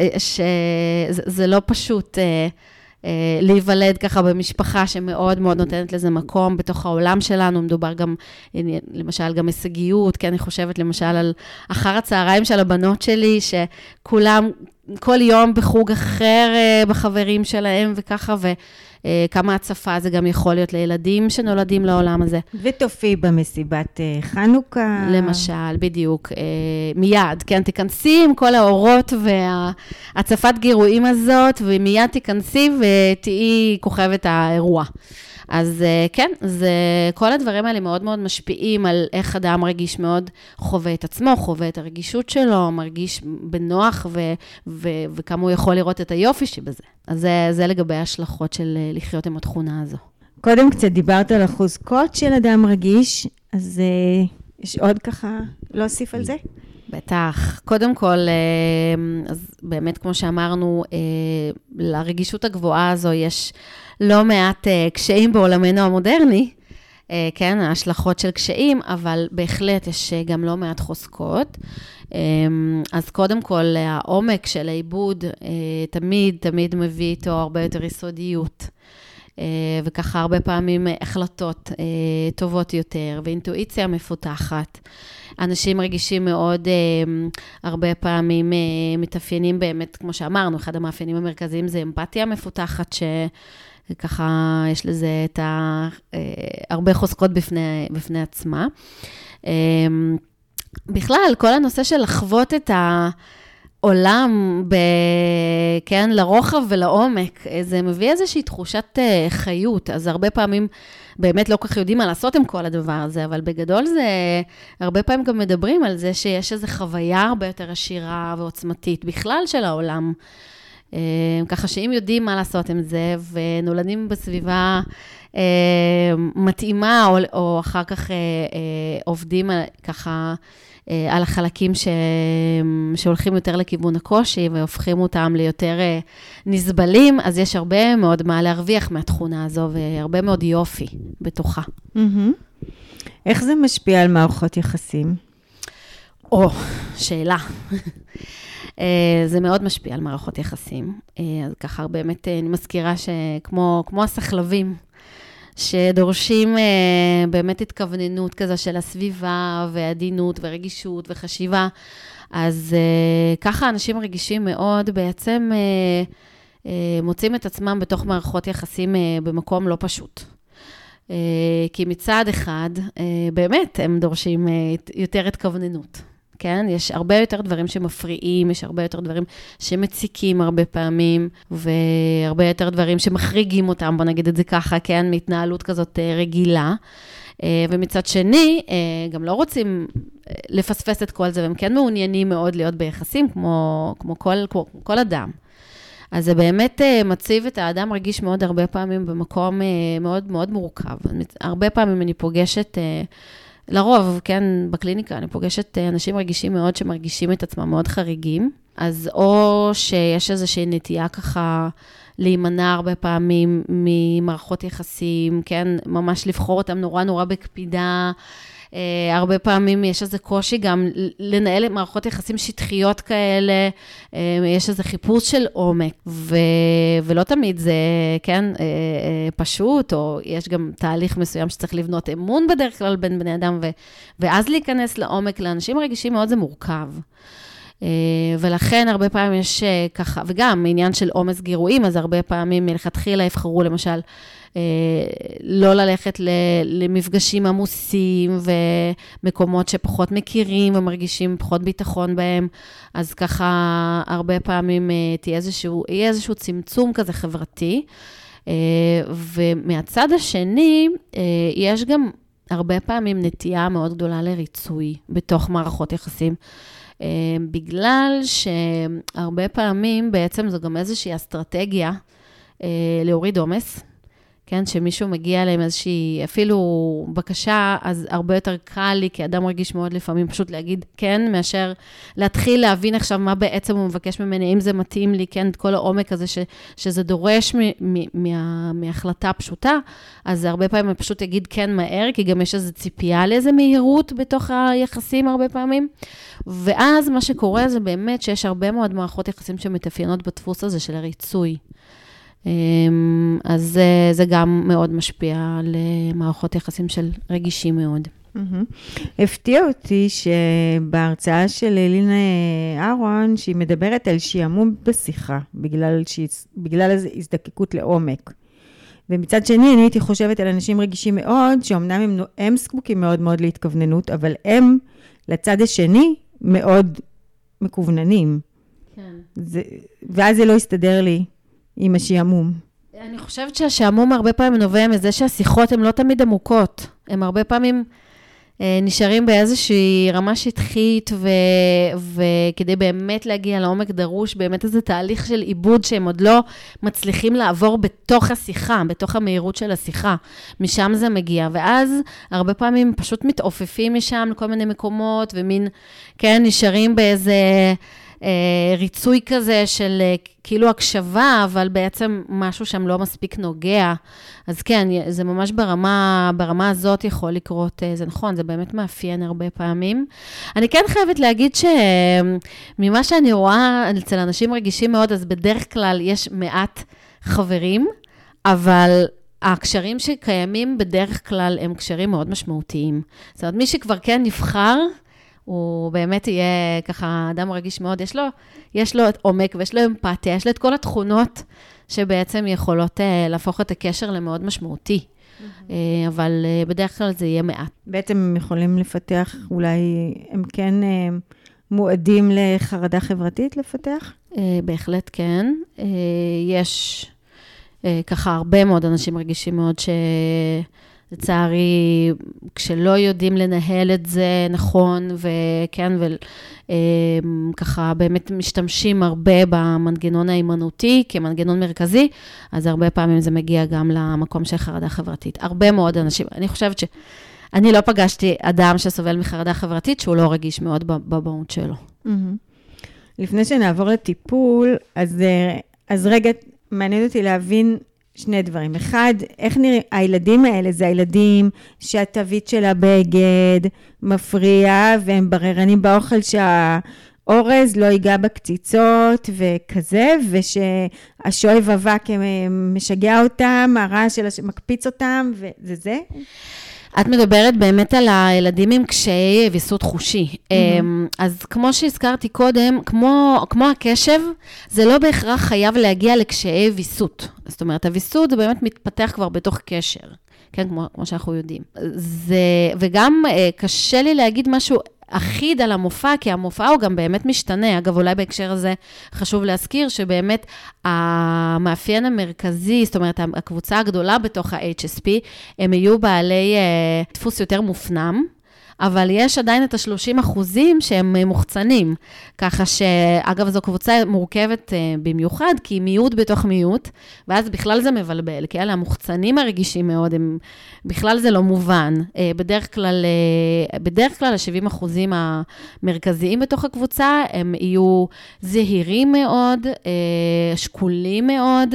שזה זה לא פשוט, אה, להיוולד ככה במשפחה שמאוד מאוד נותנת לזה מקום בתוך העולם שלנו, מדובר גם, למשל, גם הישגיות, כי אני חושבת למשל על אחר הצהריים של הבנות שלי, שכולם כל יום בחוג אחר בחברים שלהם וככה, וכמה הצפה זה גם יכול להיות לילדים שנולדים לעולם הזה. ותופי במסיבת חנוכה. למשל, בדיוק, מיד, כן, תיכנסי עם כל האורות והצפת גירויים הזאת, ומיד תיכנסי ותהיי כוכבת האירוע. אז כן, זה, כל הדברים האלה מאוד מאוד משפיעים על איך אדם מרגיש מאוד, חווה את עצמו, חווה את הרגישות שלו, מרגיש בנוח ו, ו, וכמה הוא יכול לראות את היופי שבזה. אז זה, זה לגבי ההשלכות של לחיות עם התכונה הזו. קודם קצת דיברת על החוזקות של אדם רגיש, אז יש עוד ככה להוסיף על זה? בטח. קודם כל, אז באמת כמו שאמרנו, לרגישות הגבוהה הזו יש לא מעט קשיים בעולמנו המודרני, כן, ההשלכות של קשיים, אבל בהחלט יש גם לא מעט חוזקות. אז קודם כל, העומק של העיבוד תמיד, תמיד מביא איתו הרבה יותר יסודיות, וככה הרבה פעמים החלטות טובות יותר, ואינטואיציה מפותחת. אנשים רגישים מאוד, הרבה פעמים מתאפיינים באמת, כמו שאמרנו, אחד המאפיינים המרכזיים זה אמפתיה מפותחת, שככה יש לזה את ה, הרבה חוזקות בפני, בפני עצמה. בכלל, כל הנושא של לחוות את העולם, ב, כן, לרוחב ולעומק, זה מביא איזושהי תחושת חיות, אז הרבה פעמים באמת לא כל כך יודעים מה לעשות עם כל הדבר הזה, אבל בגדול זה, הרבה פעמים גם מדברים על זה שיש איזו חוויה הרבה יותר עשירה ועוצמתית, בכלל של העולם. ככה שאם יודעים מה לעשות עם זה, ונולדים בסביבה מתאימה, או, או אחר כך עובדים ככה על החלקים ש... שהולכים יותר לכיוון הקושי, והופכים אותם ליותר נסבלים, אז יש הרבה מאוד מה להרוויח מהתכונה הזו, והרבה מאוד יופי בתוכה. Mm-hmm. איך זה משפיע על מערכות יחסים? או, שאלה. זה מאוד משפיע על מערכות יחסים. אז ככה באמת אני מזכירה שכמו כמו הסחלבים, שדורשים באמת התכווננות כזה של הסביבה, ועדינות ורגישות וחשיבה, אז ככה אנשים רגישים מאוד בעצם מוצאים את עצמם בתוך מערכות יחסים במקום לא פשוט. כי מצד אחד, באמת הם דורשים יותר התכווננות. כן? יש הרבה יותר דברים שמפריעים, יש הרבה יותר דברים שמציקים הרבה פעמים, והרבה יותר דברים שמחריגים אותם, בוא נגיד את זה ככה, כן? מהתנהלות כזאת רגילה. ומצד שני, גם לא רוצים לפספס את כל זה, והם כן מעוניינים מאוד להיות ביחסים, כמו, כמו כל, כמו, כל אדם. אז זה באמת מציב את האדם רגיש מאוד הרבה פעמים במקום מאוד מאוד מורכב. הרבה פעמים אני פוגשת לרוב, כן, בקליניקה, אני פוגשת אנשים רגישים מאוד, שמרגישים את עצמם מאוד חריגים, אז או שיש איזושהי נטייה ככה, להימנע הרבה פעמים ממערכות יחסים, כן, ממש לבחור אותם נורא נורא בקפידה, הרבה פעמים יש איזה קושי גם לנהל מערכות יחסים שטחיות כאלה, יש איזה חיפוש של עומק, ו... ולא תמיד זה, כן, פשוט, או יש גם תהליך מסוים שצריך לבנות אמון בדרך כלל בין בני אדם, ו... ואז להיכנס לעומק לאנשים רגישים מאוד זה מורכב. ולכן הרבה פעמים יש ככה, וגם עניין של עומס גירויים, אז הרבה פעמים מלכתחילה יבחרו למשל, לא ללכת למפגשים עמוסים ומקומות שפחות מכירים ומרגישים פחות ביטחון בהם, אז ככה הרבה פעמים תהיה איזשהו, יהיה איזשהו צמצום כזה חברתי, ומהצד השני יש גם הרבה פעמים נטייה מאוד גדולה לריצוי בתוך מערכות יחסים, בגלל שהרבה פעמים בעצם זו גם איזושהי אסטרטגיה להוריד עומס, כן, שמישהו מגיע להם איזושהי, אפילו בקשה, אז הרבה יותר קל לי, כי אדם מרגיש מאוד לפעמים פשוט להגיד כן, מאשר להתחיל להבין עכשיו מה בעצם הוא מבקש ממני, אם זה מתאים לי, כן, את כל העומק הזה ש, שזה דורש מ, מ, מה, מהחלטה פשוטה, אז הרבה פעמים אני פשוט אגיד כן מהר, כי גם יש איזו ציפייה לאיזו מהירות בתוך היחסים הרבה פעמים, ואז מה שקורה זה באמת שיש הרבה מאוד מערכות יחסים שמתאפיינות בדפוס הזה של הריצוי. אז זה, זה גם מאוד משפיע על מערכות יחסים של רגישים מאוד. הפתיע אותי שבהרצאה של לינה אהרון, שהיא מדברת על שעמום בשיחה, בגלל, בגלל הזדקקות לעומק. ומצד שני, אני הייתי חושבת על אנשים רגישים מאוד, שאומנם הם, הם זקוקים מאוד מאוד להתכווננות, אבל הם, לצד השני, מאוד מקווננים. כן. זה, ואז זה לא יסתדר לי. עם השעמום. אני חושבת שהשעמום הרבה פעמים נובע מזה שהשיחות הן לא תמיד עמוקות. הן הרבה פעמים אה, נשארים באיזושהי רמה שטחית, ו, וכדי באמת להגיע לעומק דרוש, באמת איזה תהליך של עיבוד שהם עוד לא מצליחים לעבור בתוך השיחה, בתוך המהירות של השיחה. משם זה מגיע. ואז הרבה פעמים פשוט מתעופפים משם לכל מיני מקומות, ומין, כן, נשארים באיזה ריצוי כזה של כאילו הקשבה, אבל בעצם משהו שם לא מספיק נוגע. אז כן, זה ממש ברמה, ברמה הזאת יכול לקרות, זה נכון, זה באמת מאפיין הרבה פעמים. אני כן חייבת להגיד שממה שאני רואה אצל אנשים רגישים מאוד, אז בדרך כלל יש מעט חברים, אבל הקשרים שקיימים בדרך כלל הם קשרים מאוד משמעותיים. זאת אומרת, מי שכבר כן נבחר, הוא באמת יהיה ככה אדם רגיש מאוד, יש לו, יש לו את עומק ויש לו אמפתיה, יש לו את כל התכונות שבעצם יכולות להפוך את הקשר למאוד משמעותי, mm-hmm. אבל בדרך כלל זה יהיה מעט. בעצם הם יכולים לפתח, אולי הם כן מועדים לחרדה חברתית לפתח? בהחלט כן, יש ככה הרבה מאוד אנשים רגישים מאוד ש... לצערי, כשלא יודעים לנהל את זה נכון, וכן, וככה באמת משתמשים הרבה במנגנון האימנותי, כמנגנון מרכזי, אז הרבה פעמים זה מגיע גם למקום של חרדה חברתית. הרבה מאוד אנשים, אני חושבת ש... אני לא פגשתי אדם שסובל מחרדה חברתית, שהוא לא רגיש מאוד בבאות שלו. לפני שנעבור לטיפול, אז, אז רגע, מעניין אותי להבין... שני דברים. אחד, איך נראה, הילדים האלה, זה הילדים שהתווית של הבגד מפריע, והם בררנים באוכל שהאורז לא ייגע בקציצות וכזה, ושהשואב אבק משגע אותם, הרעש שלה מקפיץ אותם, וזה זה. את מדברת באמת על הילדים עם קשיי ויסות חושי. Mm-hmm. אז כמו שהזכרתי קודם, כמו, כמו הקשב, זה לא בהכרח חייב להגיע לקשיי ויסות. זאת אומרת, הוויסות זה באמת מתפתח כבר בתוך קשר, כן, כמו, כמו שאנחנו יודעים. זה, וגם קשה לי להגיד משהו אחיד על המופע, כי המופע הוא גם באמת משתנה. אגב, אולי בהקשר הזה חשוב להזכיר שבאמת המאפיין המרכזי, זאת אומרת, הקבוצה הגדולה בתוך ה-אייץ' אס פי, הם יהיו בעלי uh, דפוס יותר מופנם, אבל יש עדיין את ה-שלושים אחוזים שהם מוחצנים, ככה שאגב זו קבוצה מורכבת במיוחד, כי היא מיעוט בתוך מיעוט, ואז בכלל זה מבלבל, כי אלה המוחצנים הרגישים מאוד, הם, בכלל זה לא מובן. בדרך כלל, בדרך כלל ה-שבעים אחוזים המרכזיים בתוך הקבוצה, הם יהיו זהירים מאוד, שקולים מאוד,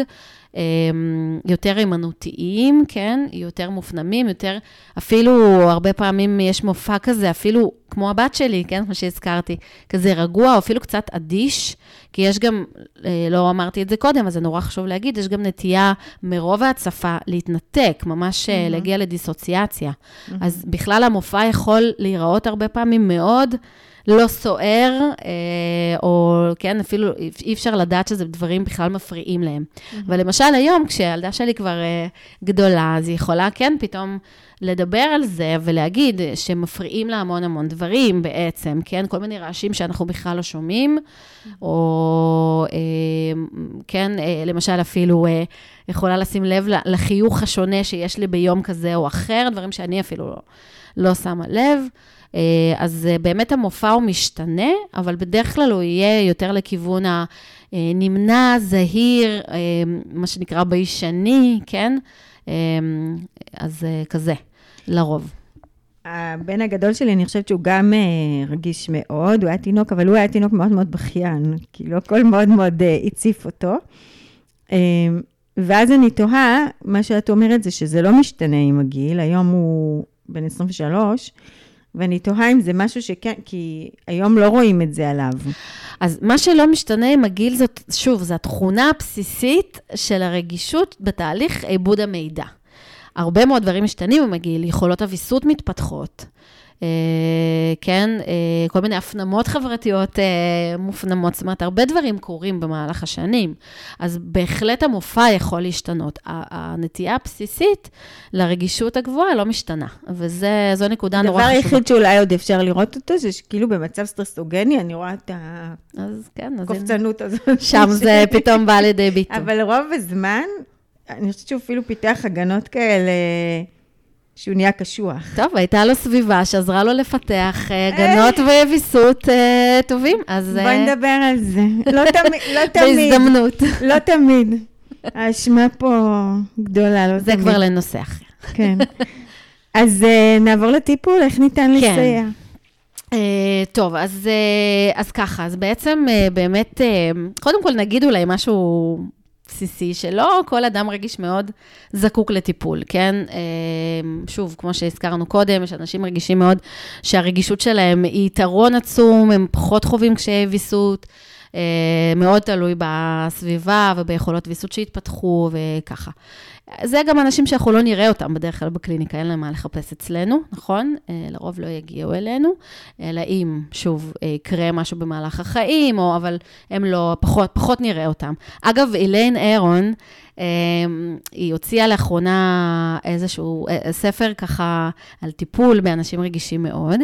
יותר אימנותיים, כן? יותר מופנמים, יותר, אפילו הרבה פעמים יש מופע כזה, אפילו כמו הבת שלי, כן, כמו שהזכרתי, כזה רגוע, או אפילו קצת אדיש, כי יש גם, לא אמרתי את זה קודם, אז זה נורא חשוב להגיד, יש גם נטייה מרוב ההצפה להתנתק, ממש mm-hmm. להגיע לדיסוציאציה. Mm-hmm. אז בכלל המופע יכול להיראות הרבה פעמים מאוד לא סוער, או כן, אפילו אי אפשר לדעת שזה דברים בכלל מפריעים להם. Mm-hmm. אבל למשל היום, כשהילדה שלי כבר גדולה, אז היא יכולה, כן, פתאום לדבר על זה ולהגיד שמפריעים לה המון המון דברים בעצם, כן, כל מיני רעשים שאנחנו בכלל לא שומעים, או כן, למשל אפילו יכולה לשים לב לחיוך השונה שיש לי ביום כזה או אחר, דברים שאני אפילו לא, לא שמה לב. אז באמת המופע הוא משתנה, אבל בדרך כלל הוא יהיה יותר לכיוון הנמנע, זהיר, מה שנקרא ביישני, כן? אז כזה, לרוב. הבן הגדול שלי, אני חושבת שהוא גם רגיש מאוד, הוא היה תינוק, אבל הוא היה תינוק מאוד מאוד בכיין, כאילו הכל מאוד מאוד הציף אותו. ואז אני תוהה, מה שאת אומרת זה שזה לא משתנה עם הגיל, היום הוא בן עשרים ושלוש, ואני תוהה אם זה משהו שכן, כי היום לא רואים את זה עליו. אז מה שלא משתנה עם הגיל, זאת, שוב, זו התכונה הבסיסית של הרגישות בתהליך עיבוד המידע. הרבה מאוד דברים משתנים עם הגיל, יכולות הוויסות מתפתחות, כן, כל מיני הפנמות חברתיות מופנמות, זאת אומרת, הרבה דברים קורים במהלך השנים, אז בהחלט המופע יכול להשתנות. הנטייה הבסיסית לרגישות הגבוהה לא משתנה, וזו נקודה נורא חשובה. הדבר היחיד שאולי עוד אפשר לראות אותו, זה שכאילו במצב סטרסוגני, אני רואה את הקופצנות הזאת. שם זה פתאום בא לידי ביטוי. אבל רוב הזמן, אני חושבת שהוא אפילו פיתח הגנות כאלה, שהוא נהיה קשוח. טוב, הייתה לו סביבה שעזרה לו לפתח הגנות וויסות טובים, אז... בואי נדבר על זה. לא תמיד. בהזדמנות. לא תמיד. האשמה פה גדולה, לא תמיד. זה כבר לנושא אחר. כן. אז נעבור לטיפול, איך ניתן לסייע? טוב, אז ככה, אז בעצם באמת, קודם כל נגיד אולי משהו... בסיסי, שלא כל אדם רגיש מאוד זקוק לטיפול, כן? שוב, כמו שהזכרנו קודם, יש אנשים רגישים מאוד שהרגישות שלהם היא יתרון עצום, הם פחות חווים קשיי ויסות, מאוד תלוי בסביבה וביכולות ויסות שהתפתחו וככה. זה גם אנשים שאנחנו לא נראה אותם בדרך כלל בקליניקה, אין להם מה לחפש אצלנו, נכון? לרוב לא יגיעו אלינו, אלא אם, שוב, יקרה משהו במהלך החיים, או, אבל הם לא, פחות, פחות נראה אותם. אגב, איליין אירון, היא הוציאה לאחרונה איזשהו ספר ככה על טיפול באנשים רגישים מאוד,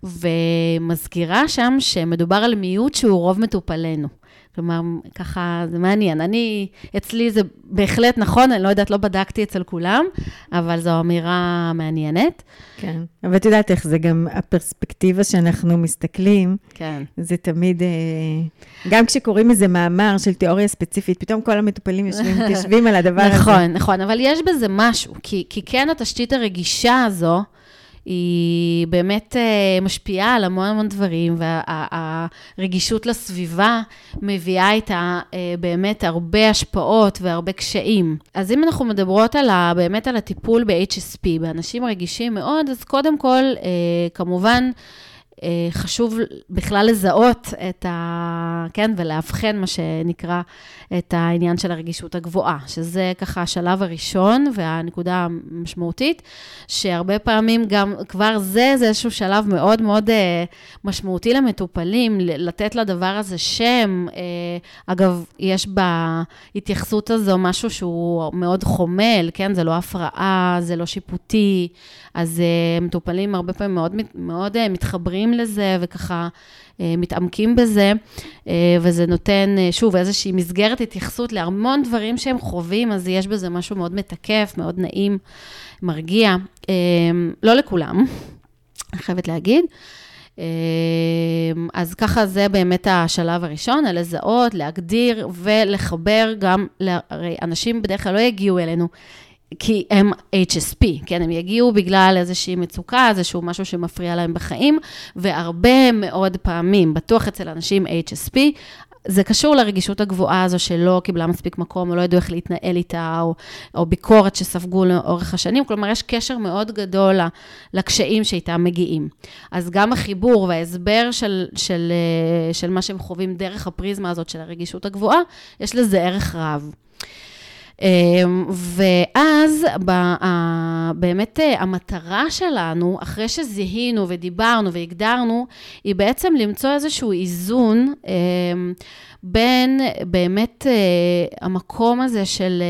ומזכירה שם שמדובר על מיעוט שהוא רוב מטופלנו. כלומר, ככה, זה מעניין. אני, אצלי זה בהחלט נכון, אני לא יודעת, לא בדקתי אצל כולם, אבל זו אמירה מעניינת. כן, אבל את יודעת איך זה גם הפרספקטיבה שאנחנו מסתכלים, כן. זה תמיד, גם כשקוראים איזה מאמר של תיאוריה ספציפית, פתאום כל המטופלים יושבים, יושבים על הדבר הזה. נכון, נכון, אבל יש בזה משהו, כי, כי כן התשתית הרגישה הזו, היא באמת משפיעה על המון המון דברים, והרגישות לסביבה מביאה איתה באמת הרבה השפעות והרבה קשיים. אז אם אנחנו מדברות על ה, באמת על הטיפול ב-אייץ' אס פי, באנשים רגישים מאוד, אז קודם כל, כמובן, חשוב בכלל לזהות את ה... כן, ולהבחן מה שנקרא את העניין של הרגישות הגבוהה, שזה ככה השלב הראשון והנקודה המשמעותית, שהרבה פעמים גם כבר זה, זה איזשהו שלב מאוד מאוד משמעותי למטופלים, לתת לדבר הזה שם. אגב, יש בהתייחסות הזו משהו שהוא מאוד חומל, כן, זה לא הפרעה, זה לא שיפוטי, אז מטופלים הרבה פעמים מאוד, מאוד מתחברים לזה, וככה מתעמקים בזה, וזה נותן, שוב, איזושהי מסגרת התייחסות להמון דברים שהם חווים, אז יש בזה משהו מאוד מתקף, מאוד נעים, מרגיע. לא לכולם, אני חייבת להגיד. אז ככה זה באמת השלב הראשון, לזהות, להגדיר ולחבר גם, הרי אנשים בדרך כלל לא יגיעו אלינו, כי הם אייץ' אס פי, כן, הם יגיעו בגלל איזושהי מצוקה, איזשהו משהו שמפריע להם בחיים, והרבה מאוד פעמים, בטוח אצל אנשים אייץ' אס פי, זה קשור לרגישות הגבוהה הזו שלא קיבלה מספיק מקום, או לא ידעו איך להתנהל איתה, או, או ביקורת שספגו לאורך השנים, כלומר יש קשר מאוד גדול לקשיים שאיתם מגיעים. אז גם החיבור וההסבר של, של, של מה שהם חווים דרך הפריזמה הזאת של הרגישות הגבוהה, יש לזה ערך רב. ואז באמת המטרה שלנו, אחרי שזיהינו ודיברנו והגדרנו, היא בעצם למצוא איזשהו איזון בין באמת המקום הזה של,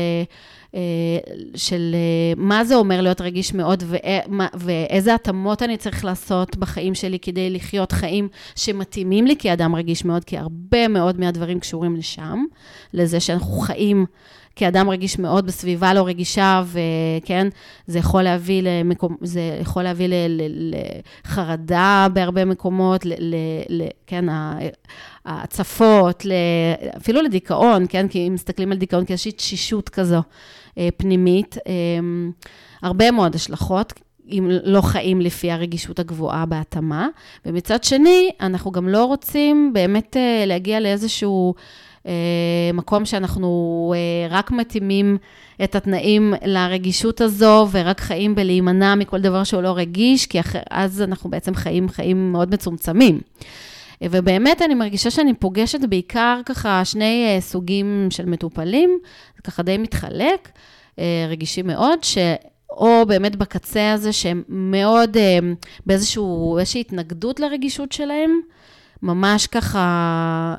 של מה זה אומר להיות רגיש מאוד, ואיזה התאמות אני צריך לעשות בחיים שלי כדי לחיות חיים שמתאימים לי כאדם רגיש מאוד, כי הרבה מאוד מהדברים קשורים לשם, לזה שאנחנו חיים כאדם רגיש מאוד בסביבה לא רגישה, וכן, זה יכול להביא למקום, זה יכול להביא לחרדה בהרבה מקומות, ל, ל, כן, הצפות, אפילו לדיכאון, כן, כי אם מסתכלים על דיכאון, כי יש תשישות כזו פנימית, הרבה מאוד השלכות, אם לא חיים לפי הרגישות הגבוהה בהתאמה, ומצד שני, אנחנו גם לא רוצים באמת להגיע לאיזשהו מקום שאנחנו רק מתאימים את התנאים לרגישות הזו, ורק חיים בלהימנע מכל דבר שהוא לא רגיש, כי אז אנחנו בעצם חיים חיים מאוד מצומצמים. ובאמת אני מרגישה שאני פוגשת בעיקר ככה שני סוגים של מטופלים, זה ככה די מתחלק, רגישים מאוד, ש... או באמת בקצה הזה שהם מאוד באיזשהו, איזושהי התנגדות לרגישות שלהם, ממש ככה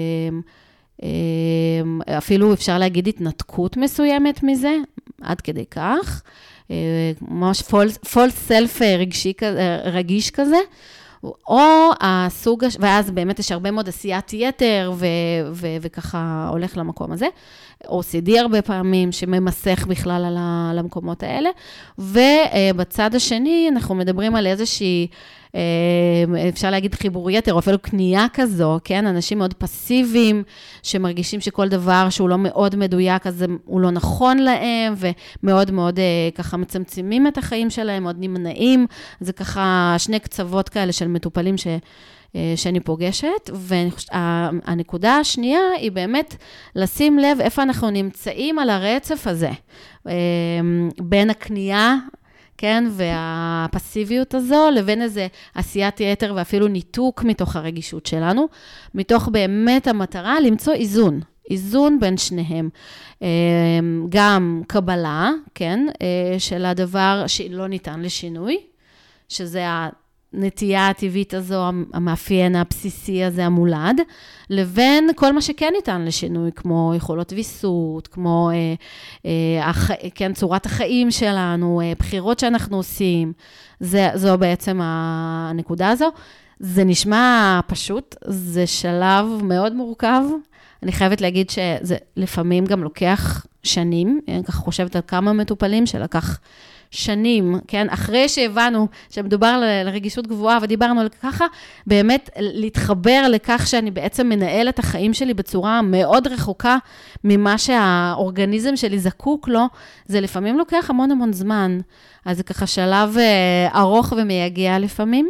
אפילו אפשר להגיד התנתקות מסוימת מזה, עד כדי כך, ממש false self רגשי, רגיש כזה, או הסוג, ואז באמת יש הרבה מאוד עשיית יתר, ו, ו, וככה הולך למקום הזה, או סי די הרבה פעמים, שממסך בכלל על, ה, על המקומות האלה, ובצד השני אנחנו מדברים על איזושהי, אפשר להגיד חיבור יתר, או אפילו קנייה כזו, כן? אנשים מאוד פסיביים, שמרגישים שכל דבר שהוא לא מאוד מדויק, אז הוא לא נכון להם, ומאוד מאוד ככה מצמצמים את החיים שלהם, מאוד נמנעים. זה ככה שני קצוות כאלה של מטופלים ש... שאני פוגשת, והנקודה השנייה היא באמת לשים לב איפה אנחנו נמצאים על הרצף הזה, בין הקנייה, כן, והפסיביות הזו, לבין איזה עשיית יתר ואפילו ניתוק מתוך הרגישות שלנו, מתוך באמת המטרה למצוא איזון, איזון בין שניהם. גם קבלה, כן, של הדבר שלא ניתן לשינוי, שזה הנטייה הטבעית הזו, המאפיין הבסיסי הזה המולד, לבין כל מה שכן ניתן לשינוי, כמו יכולות ויסות, כמו אה, אה, הח... כן, צורת החיים שלנו, אה, בחירות שאנחנו עושים, זה, זו בעצם הנקודה הזו. זה נשמע פשוט, זה שלב מאוד מורכב, אני חייבת להגיד שזה לפעמים גם לוקח שנים, אני ככה חושבת על כמה מטופלים שלקח שנים, כן, אחרי שהבנו שמדובר על רגישות גבוהה ודיברנו על ככה, באמת להתחבר לכך שאני בעצם מנהל את החיים שלי בצורה מאוד רחוקה ממה שהאורגניזם שלי זקוק לו, זה לפעמים לוקח המון המון זמן, אז זה ככה שלב ארוך ומייגע לפעמים,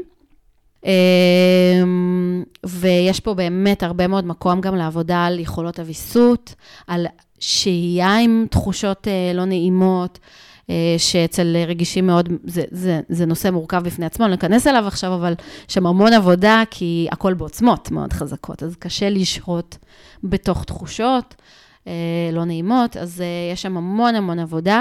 ויש פה באמת הרבה מאוד מקום גם לעבודה על יכולות הוויסות, על שהייה עם תחושות לא נעימות, שאצל רגישים מאוד, זה, זה, זה נושא מורכב בפני עצמו, אני אכנס אליו עכשיו, אבל שם המון עבודה, כי הכל בעוצמות מאוד חזקות, אז קשה לשהות בתוך תחושות לא נעימות, אז יש שם המון המון עבודה,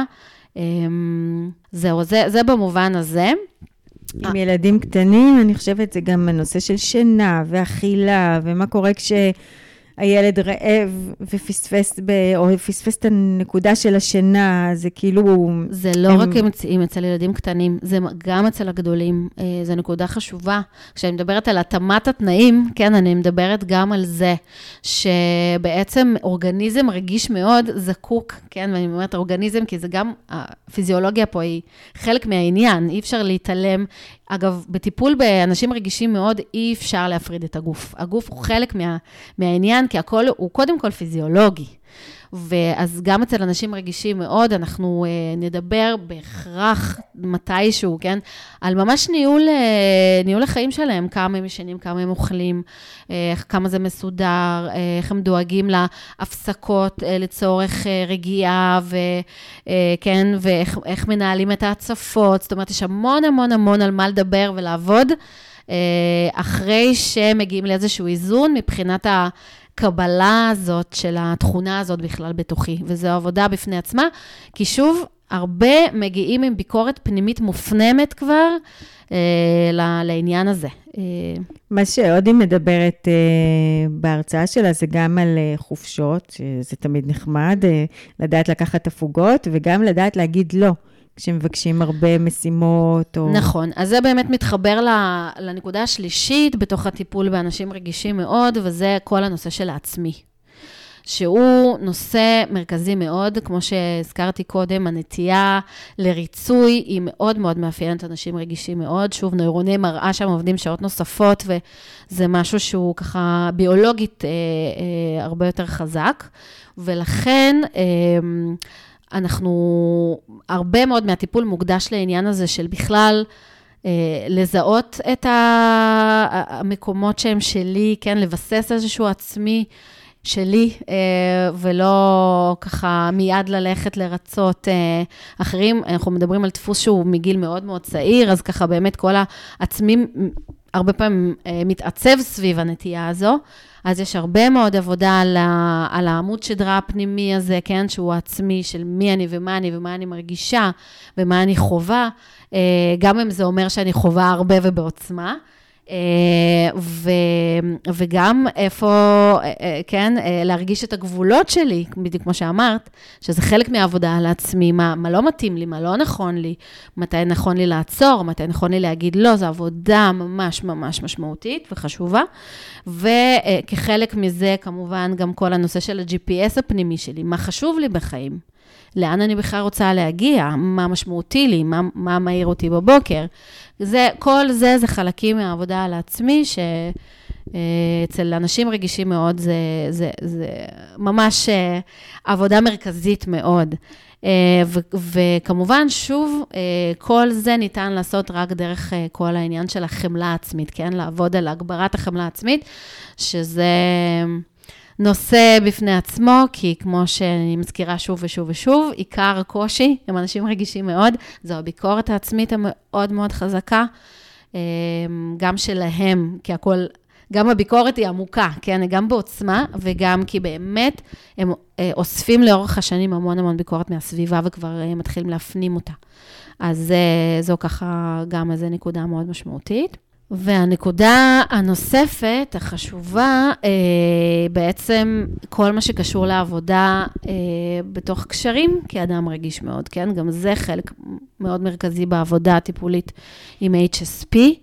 זהו, זה, זה במובן הזה. עם ילדים קטנים, אני חושבת, זה גם הנושא של שינה ואכילה, ומה קורה כש... הילד רעב ופספס, ב, או פספס את הנקודה של השינה, זה כאילו... זה לא הם... רק עם אצל ילדים קטנים, זה גם אצל הגדולים, זו נקודה חשובה. כשאני מדברת על התאמת התנאים, כן, אני מדברת גם על זה, שבעצם אורגניזם רגיש מאוד זקוק, כן, ואני אומרת אורגניזם, כי זה גם, הפיזיולוגיה פה היא חלק מהעניין, אי אפשר להתעלם, אגב, בטיפול באנשים רגישים מאוד, אי אפשר להפריד את הגוף. הגוף הוא חלק מה, מהעניין, כי הכל הוא קודם כל פיזיולוגי. ואז גם אצל אנשים רגישים מאוד, אנחנו נדבר בהכרח מתישהו, כן? על ממש ניהול, ניהול החיים שלהם, כמה הם ישנים, כמה הם אוכלים, כמה זה מסודר, איך הם דואגים להפסקות לצורך רגיעה, וכן, ואיך איך מנהלים את ההצפות, זאת אומרת, יש המון המון המון על מה לדבר ולעבוד, אחרי שמגיעים לאיזשהו איזון, מבחינת הקבלה הזאת של התכונה הזאת בכלל בתוכי, וזו עבודה בפני עצמה, כי שוב, הרבה מגיעים עם ביקורת פנימית מופנמת כבר אה, לעניין הזה. מה שעודי מדברת אה, בהרצאה שלה, זה גם על אה, חופשות, שזה תמיד נחמד, אה, לדעת לקחת הפוגות, וגם לדעת להגיד לא, כשמבקשים הרבה משימות. או... נכון, אז זה באמת מתחבר לנקודה השלישית, בתוך הטיפול באנשים רגישים מאוד, וזה כל הנושא של העצמי. שהוא נושא מרכזי מאוד, כמו שהזכרתי קודם, הנטייה לריצוי היא מאוד מאוד מאפיינת אנשים רגישים מאוד, שוב, נוירוני מראה שם עובדים שעות נוספות, וזה משהו שהוא ככה ביולוגית אה, אה, הרבה יותר חזק, ולכן אה, אנחנו, הרבה מאוד מהטיפול מוקדש לעניין הזה של בכלל, אה, לזהות את המקומות שהם שלי, כן, לבסס איזשהו עצמי, שלי, ולא ככה מיד ללכת לרצות אחרים. אנחנו מדברים על דפוס שהוא מגיל מאוד מאוד צעיר, אז ככה באמת כל העצמים הרבה פעמים מתעצב סביב הנטייה הזו, אז יש הרבה מאוד עבודה על, ה, על העמוד שדרה הפנימי הזה, כן, שהוא העצמי של מי אני ומה אני ומה אני מרגישה ומה אני חובה, גם אם זה אומר שאני חובה הרבה ובעוצמה, ו, וגם איפה, כן, להרגיש את הגבולות שלי, בדיוק כמו שאמרת, שזה חלק מהעבודה על עצמי, מה, מה לא מתאים לי, מה לא נכון לי, מתי נכון לי לעצור, מתי נכון לי להגיד לא, זו עבודה ממש ממש משמעותית וחשובה, וכחלק מזה כמובן גם כל הנושא של ה-ג'י פי אס הפנימי שלי, מה חשוב לי בחיים, לאן אני בכלל רוצה להגיע, מה משמעותי לי, מה, מה מהיר אותי בבוקר. זה, כל זה זה חלקים מהעבודה על עצמי, שאצל אנשים רגישים מאוד, זה, זה, זה ממש עבודה מרכזית מאוד. ו, וכמובן, שוב, כל זה ניתן לעשות רק דרך כל העניין של החמלה העצמית, כן? לעבוד על הגברת החמלה העצמית, שזה... נושא בפני עצמו, כי כמו שאני מזכירה שוב ושוב ושוב, עיקר הקושי, הם אנשים רגישים מאוד, זו הביקורת העצמית המאוד מאוד חזקה, גם שלהם, כי הכל, גם הביקורת היא עמוקה, כן, גם בעוצמה, וגם כי באמת הם אוספים לאורך השנים המון המון ביקורת מהסביבה, וכבר מתחילים להפנים אותה. אז זו ככה גם איזו נקודה מאוד משמעותית. והנקודה הנוספת, החשובה, בעצם כל מה שקשור לעבודה בתוך קשרים, כאדם רגיש מאוד, כן? גם זה חלק מאוד מרכזי בעבודה הטיפולית עם אייץ' אס פי,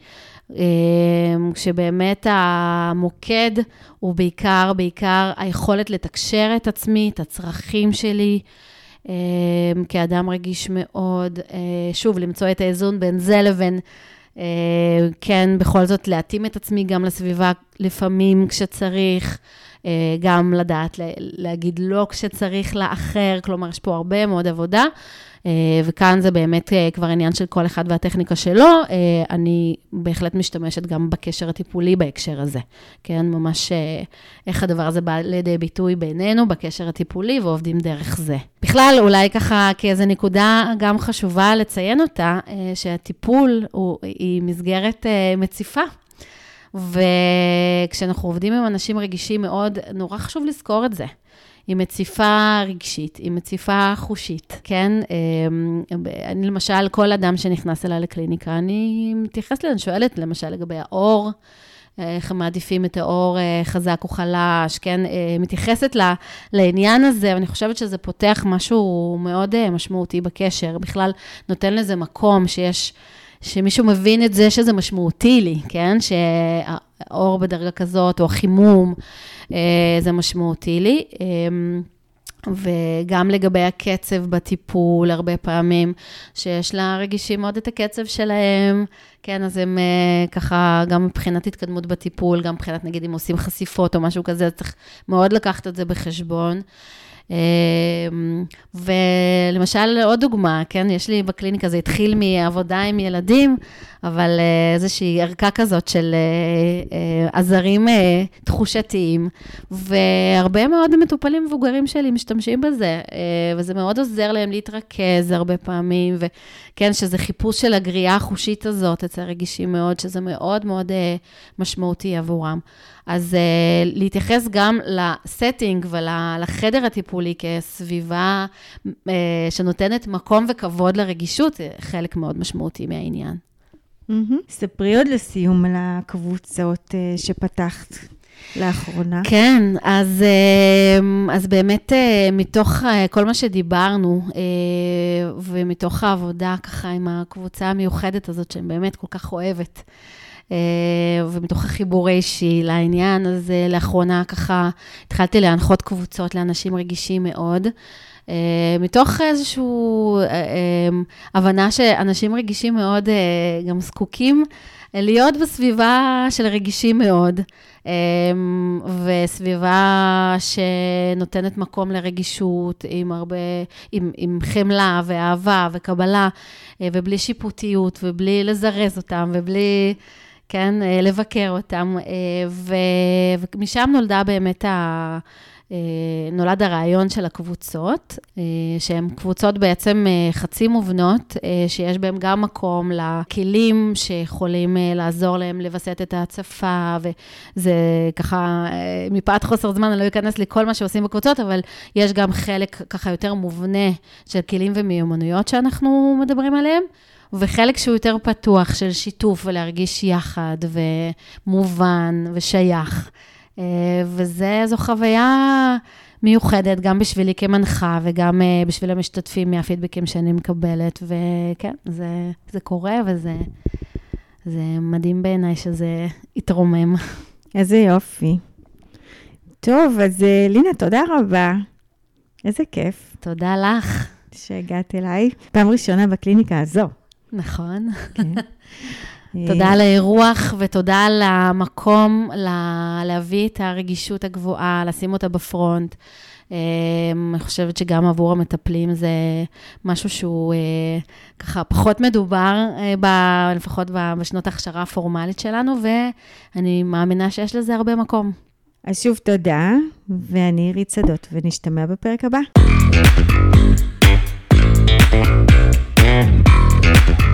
כשבאמת המוקד הוא בעיקר, בעיקר היכולת לתקשר את עצמי, את הצרכים שלי, כאדם רגיש מאוד, שוב, למצוא את האיזון בין זה לבין, כן, בכל זאת להתאים את עצמי גם לסביבה לפעמים כשצריך, גם לדעת להגיד לא כשצריך לאחר, כלומר יש פה הרבה מאוד עבודה, וכאן זה באמת כבר עניין של כל אחד והטכניקה שלו, אני בהחלט משתמשת גם בקשר הטיפולי בהקשר הזה, כן, ממש איך הדבר הזה בא לידי ביטוי בינינו, בקשר הטיפולי ועובדים דרך זה. בכלל, אולי ככה כאיזו נקודה גם חשובה לציין אותה, שהטיפול הוא, היא מסגרת מציפה, וכשאנחנו עובדים עם אנשים רגישים מאוד, נורא חשוב לזכור את זה. היא מציפה רגשית, היא מציפה חושית, כן? אני למשל, כל אדם שנכנס אליי לקליניקה, אני מתייחסת לה, אני שואלת למשל לגבי האור, איך הם מעדיפים את האור חזק או חלש, כן? מתייחסת לה, לעניין הזה, ואני חושבת שזה פותח משהו מאוד משמעותי בקשר, בכלל נותן לזה מקום שיש, שמישהו מבין את זה שזה משמעותי לי, כן? שהאור בדרגה כזאת, או החימום, זה משמעותי לי. וגם לגבי הקצב בטיפול, הרבה פעמים, שיש לה רגישים מאוד את הקצב שלהם, כן, אז הם ככה, גם מבחינת התקדמות בטיפול, גם מבחינת, נגיד, אם עושים חשיפות או משהו כזה, צריך מאוד לקחת את זה בחשבון. ולמשל, עוד דוגמה, כן, יש לי בקליניקה, זה התחיל מעבודה עם ילדים, אבל איזושהי ערכה כזאת של עזרים תחושתיים, והרבה מאוד מטופלים מבוגרים שלי משתמשים בזה, וזה מאוד עוזר להם להתרכז הרבה פעמים, וכן, שזה חיפוש של הגריעה החושית הזאת, אצל רגישים מאוד, שזה מאוד מאוד משמעותי עבורם. אז uh, להתייחס גם לסטינג ולחדר הטיפולי כסביבה uh, שנותנת מקום וכבוד לרגישות, חלק מאוד משמעותי מהעניין. Mm-hmm. ספרי עוד לסיום על הקבוצות uh, שפתחת לאחרונה. כן, אז, uh, אז באמת uh, מתוך uh, כל מה שדיברנו, uh, ומתוך העבודה ככה עם הקבוצה המיוחדת הזאת, שאני באמת כל כך אוהבת, ומתוך החיבור האישי לעניין, אז לאחרונה ככה התחלתי להנחות קבוצות לאנשים רגישים מאוד, מתוך איזושהי הבנה שאנשים רגישים מאוד גם זקוקים להיות בסביבה של רגישים מאוד, וסביבה שנותנת מקום לרגישות עם הרבה, עם, עם חמלה ואהבה וקבלה, ובלי שיפוטיות ובלי לזרז אותם ובלי... כן, לבקר אותם, ומשם נולדה באמת, ה... נולד הרעיון של הקבוצות, שהן קבוצות בעצם חצי מובנות, שיש בהן גם מקום לכלים שיכולים לעזור להם לבסט את ההצפה, וזה ככה, מפאת חוסר זמן, אני לא אכנס לכל מה שעושים בקבוצות, אבל יש גם חלק ככה יותר מובנה של כלים ומיומנויות שאנחנו מדברים עליהם, וחלק שהוא יותר פתוח של שיתוף ולהרגיש יחד ומובן ושייך. וזו חוויה מיוחדת גם בשבילי כמנחה וגם בשביל המשתתפים מהפידבקים שאני מקבלת. וכן, זה, זה קורה וזה זה מדהים בעיניי שזה יתרומם. איזה יופי. טוב, אז לינה, תודה רבה. איזה כיף. תודה לך. שהגעת אליי. פעם ראשונה בקליניקה הזו. נכון. תודה על האירוח ותודה על המקום להביא את הרגישות הגבוהה, לשים אותה בפרונט. אני חושבת שגם עבור המטפלים זה משהו שהוא ככה פחות מדובר, לפחות בשנות ההכשרה הפורמלית שלנו, ואני מאמינה שיש לזה הרבה מקום. אז שוב תודה, ואני עירית שדות, ונשתמע בפרק הבא.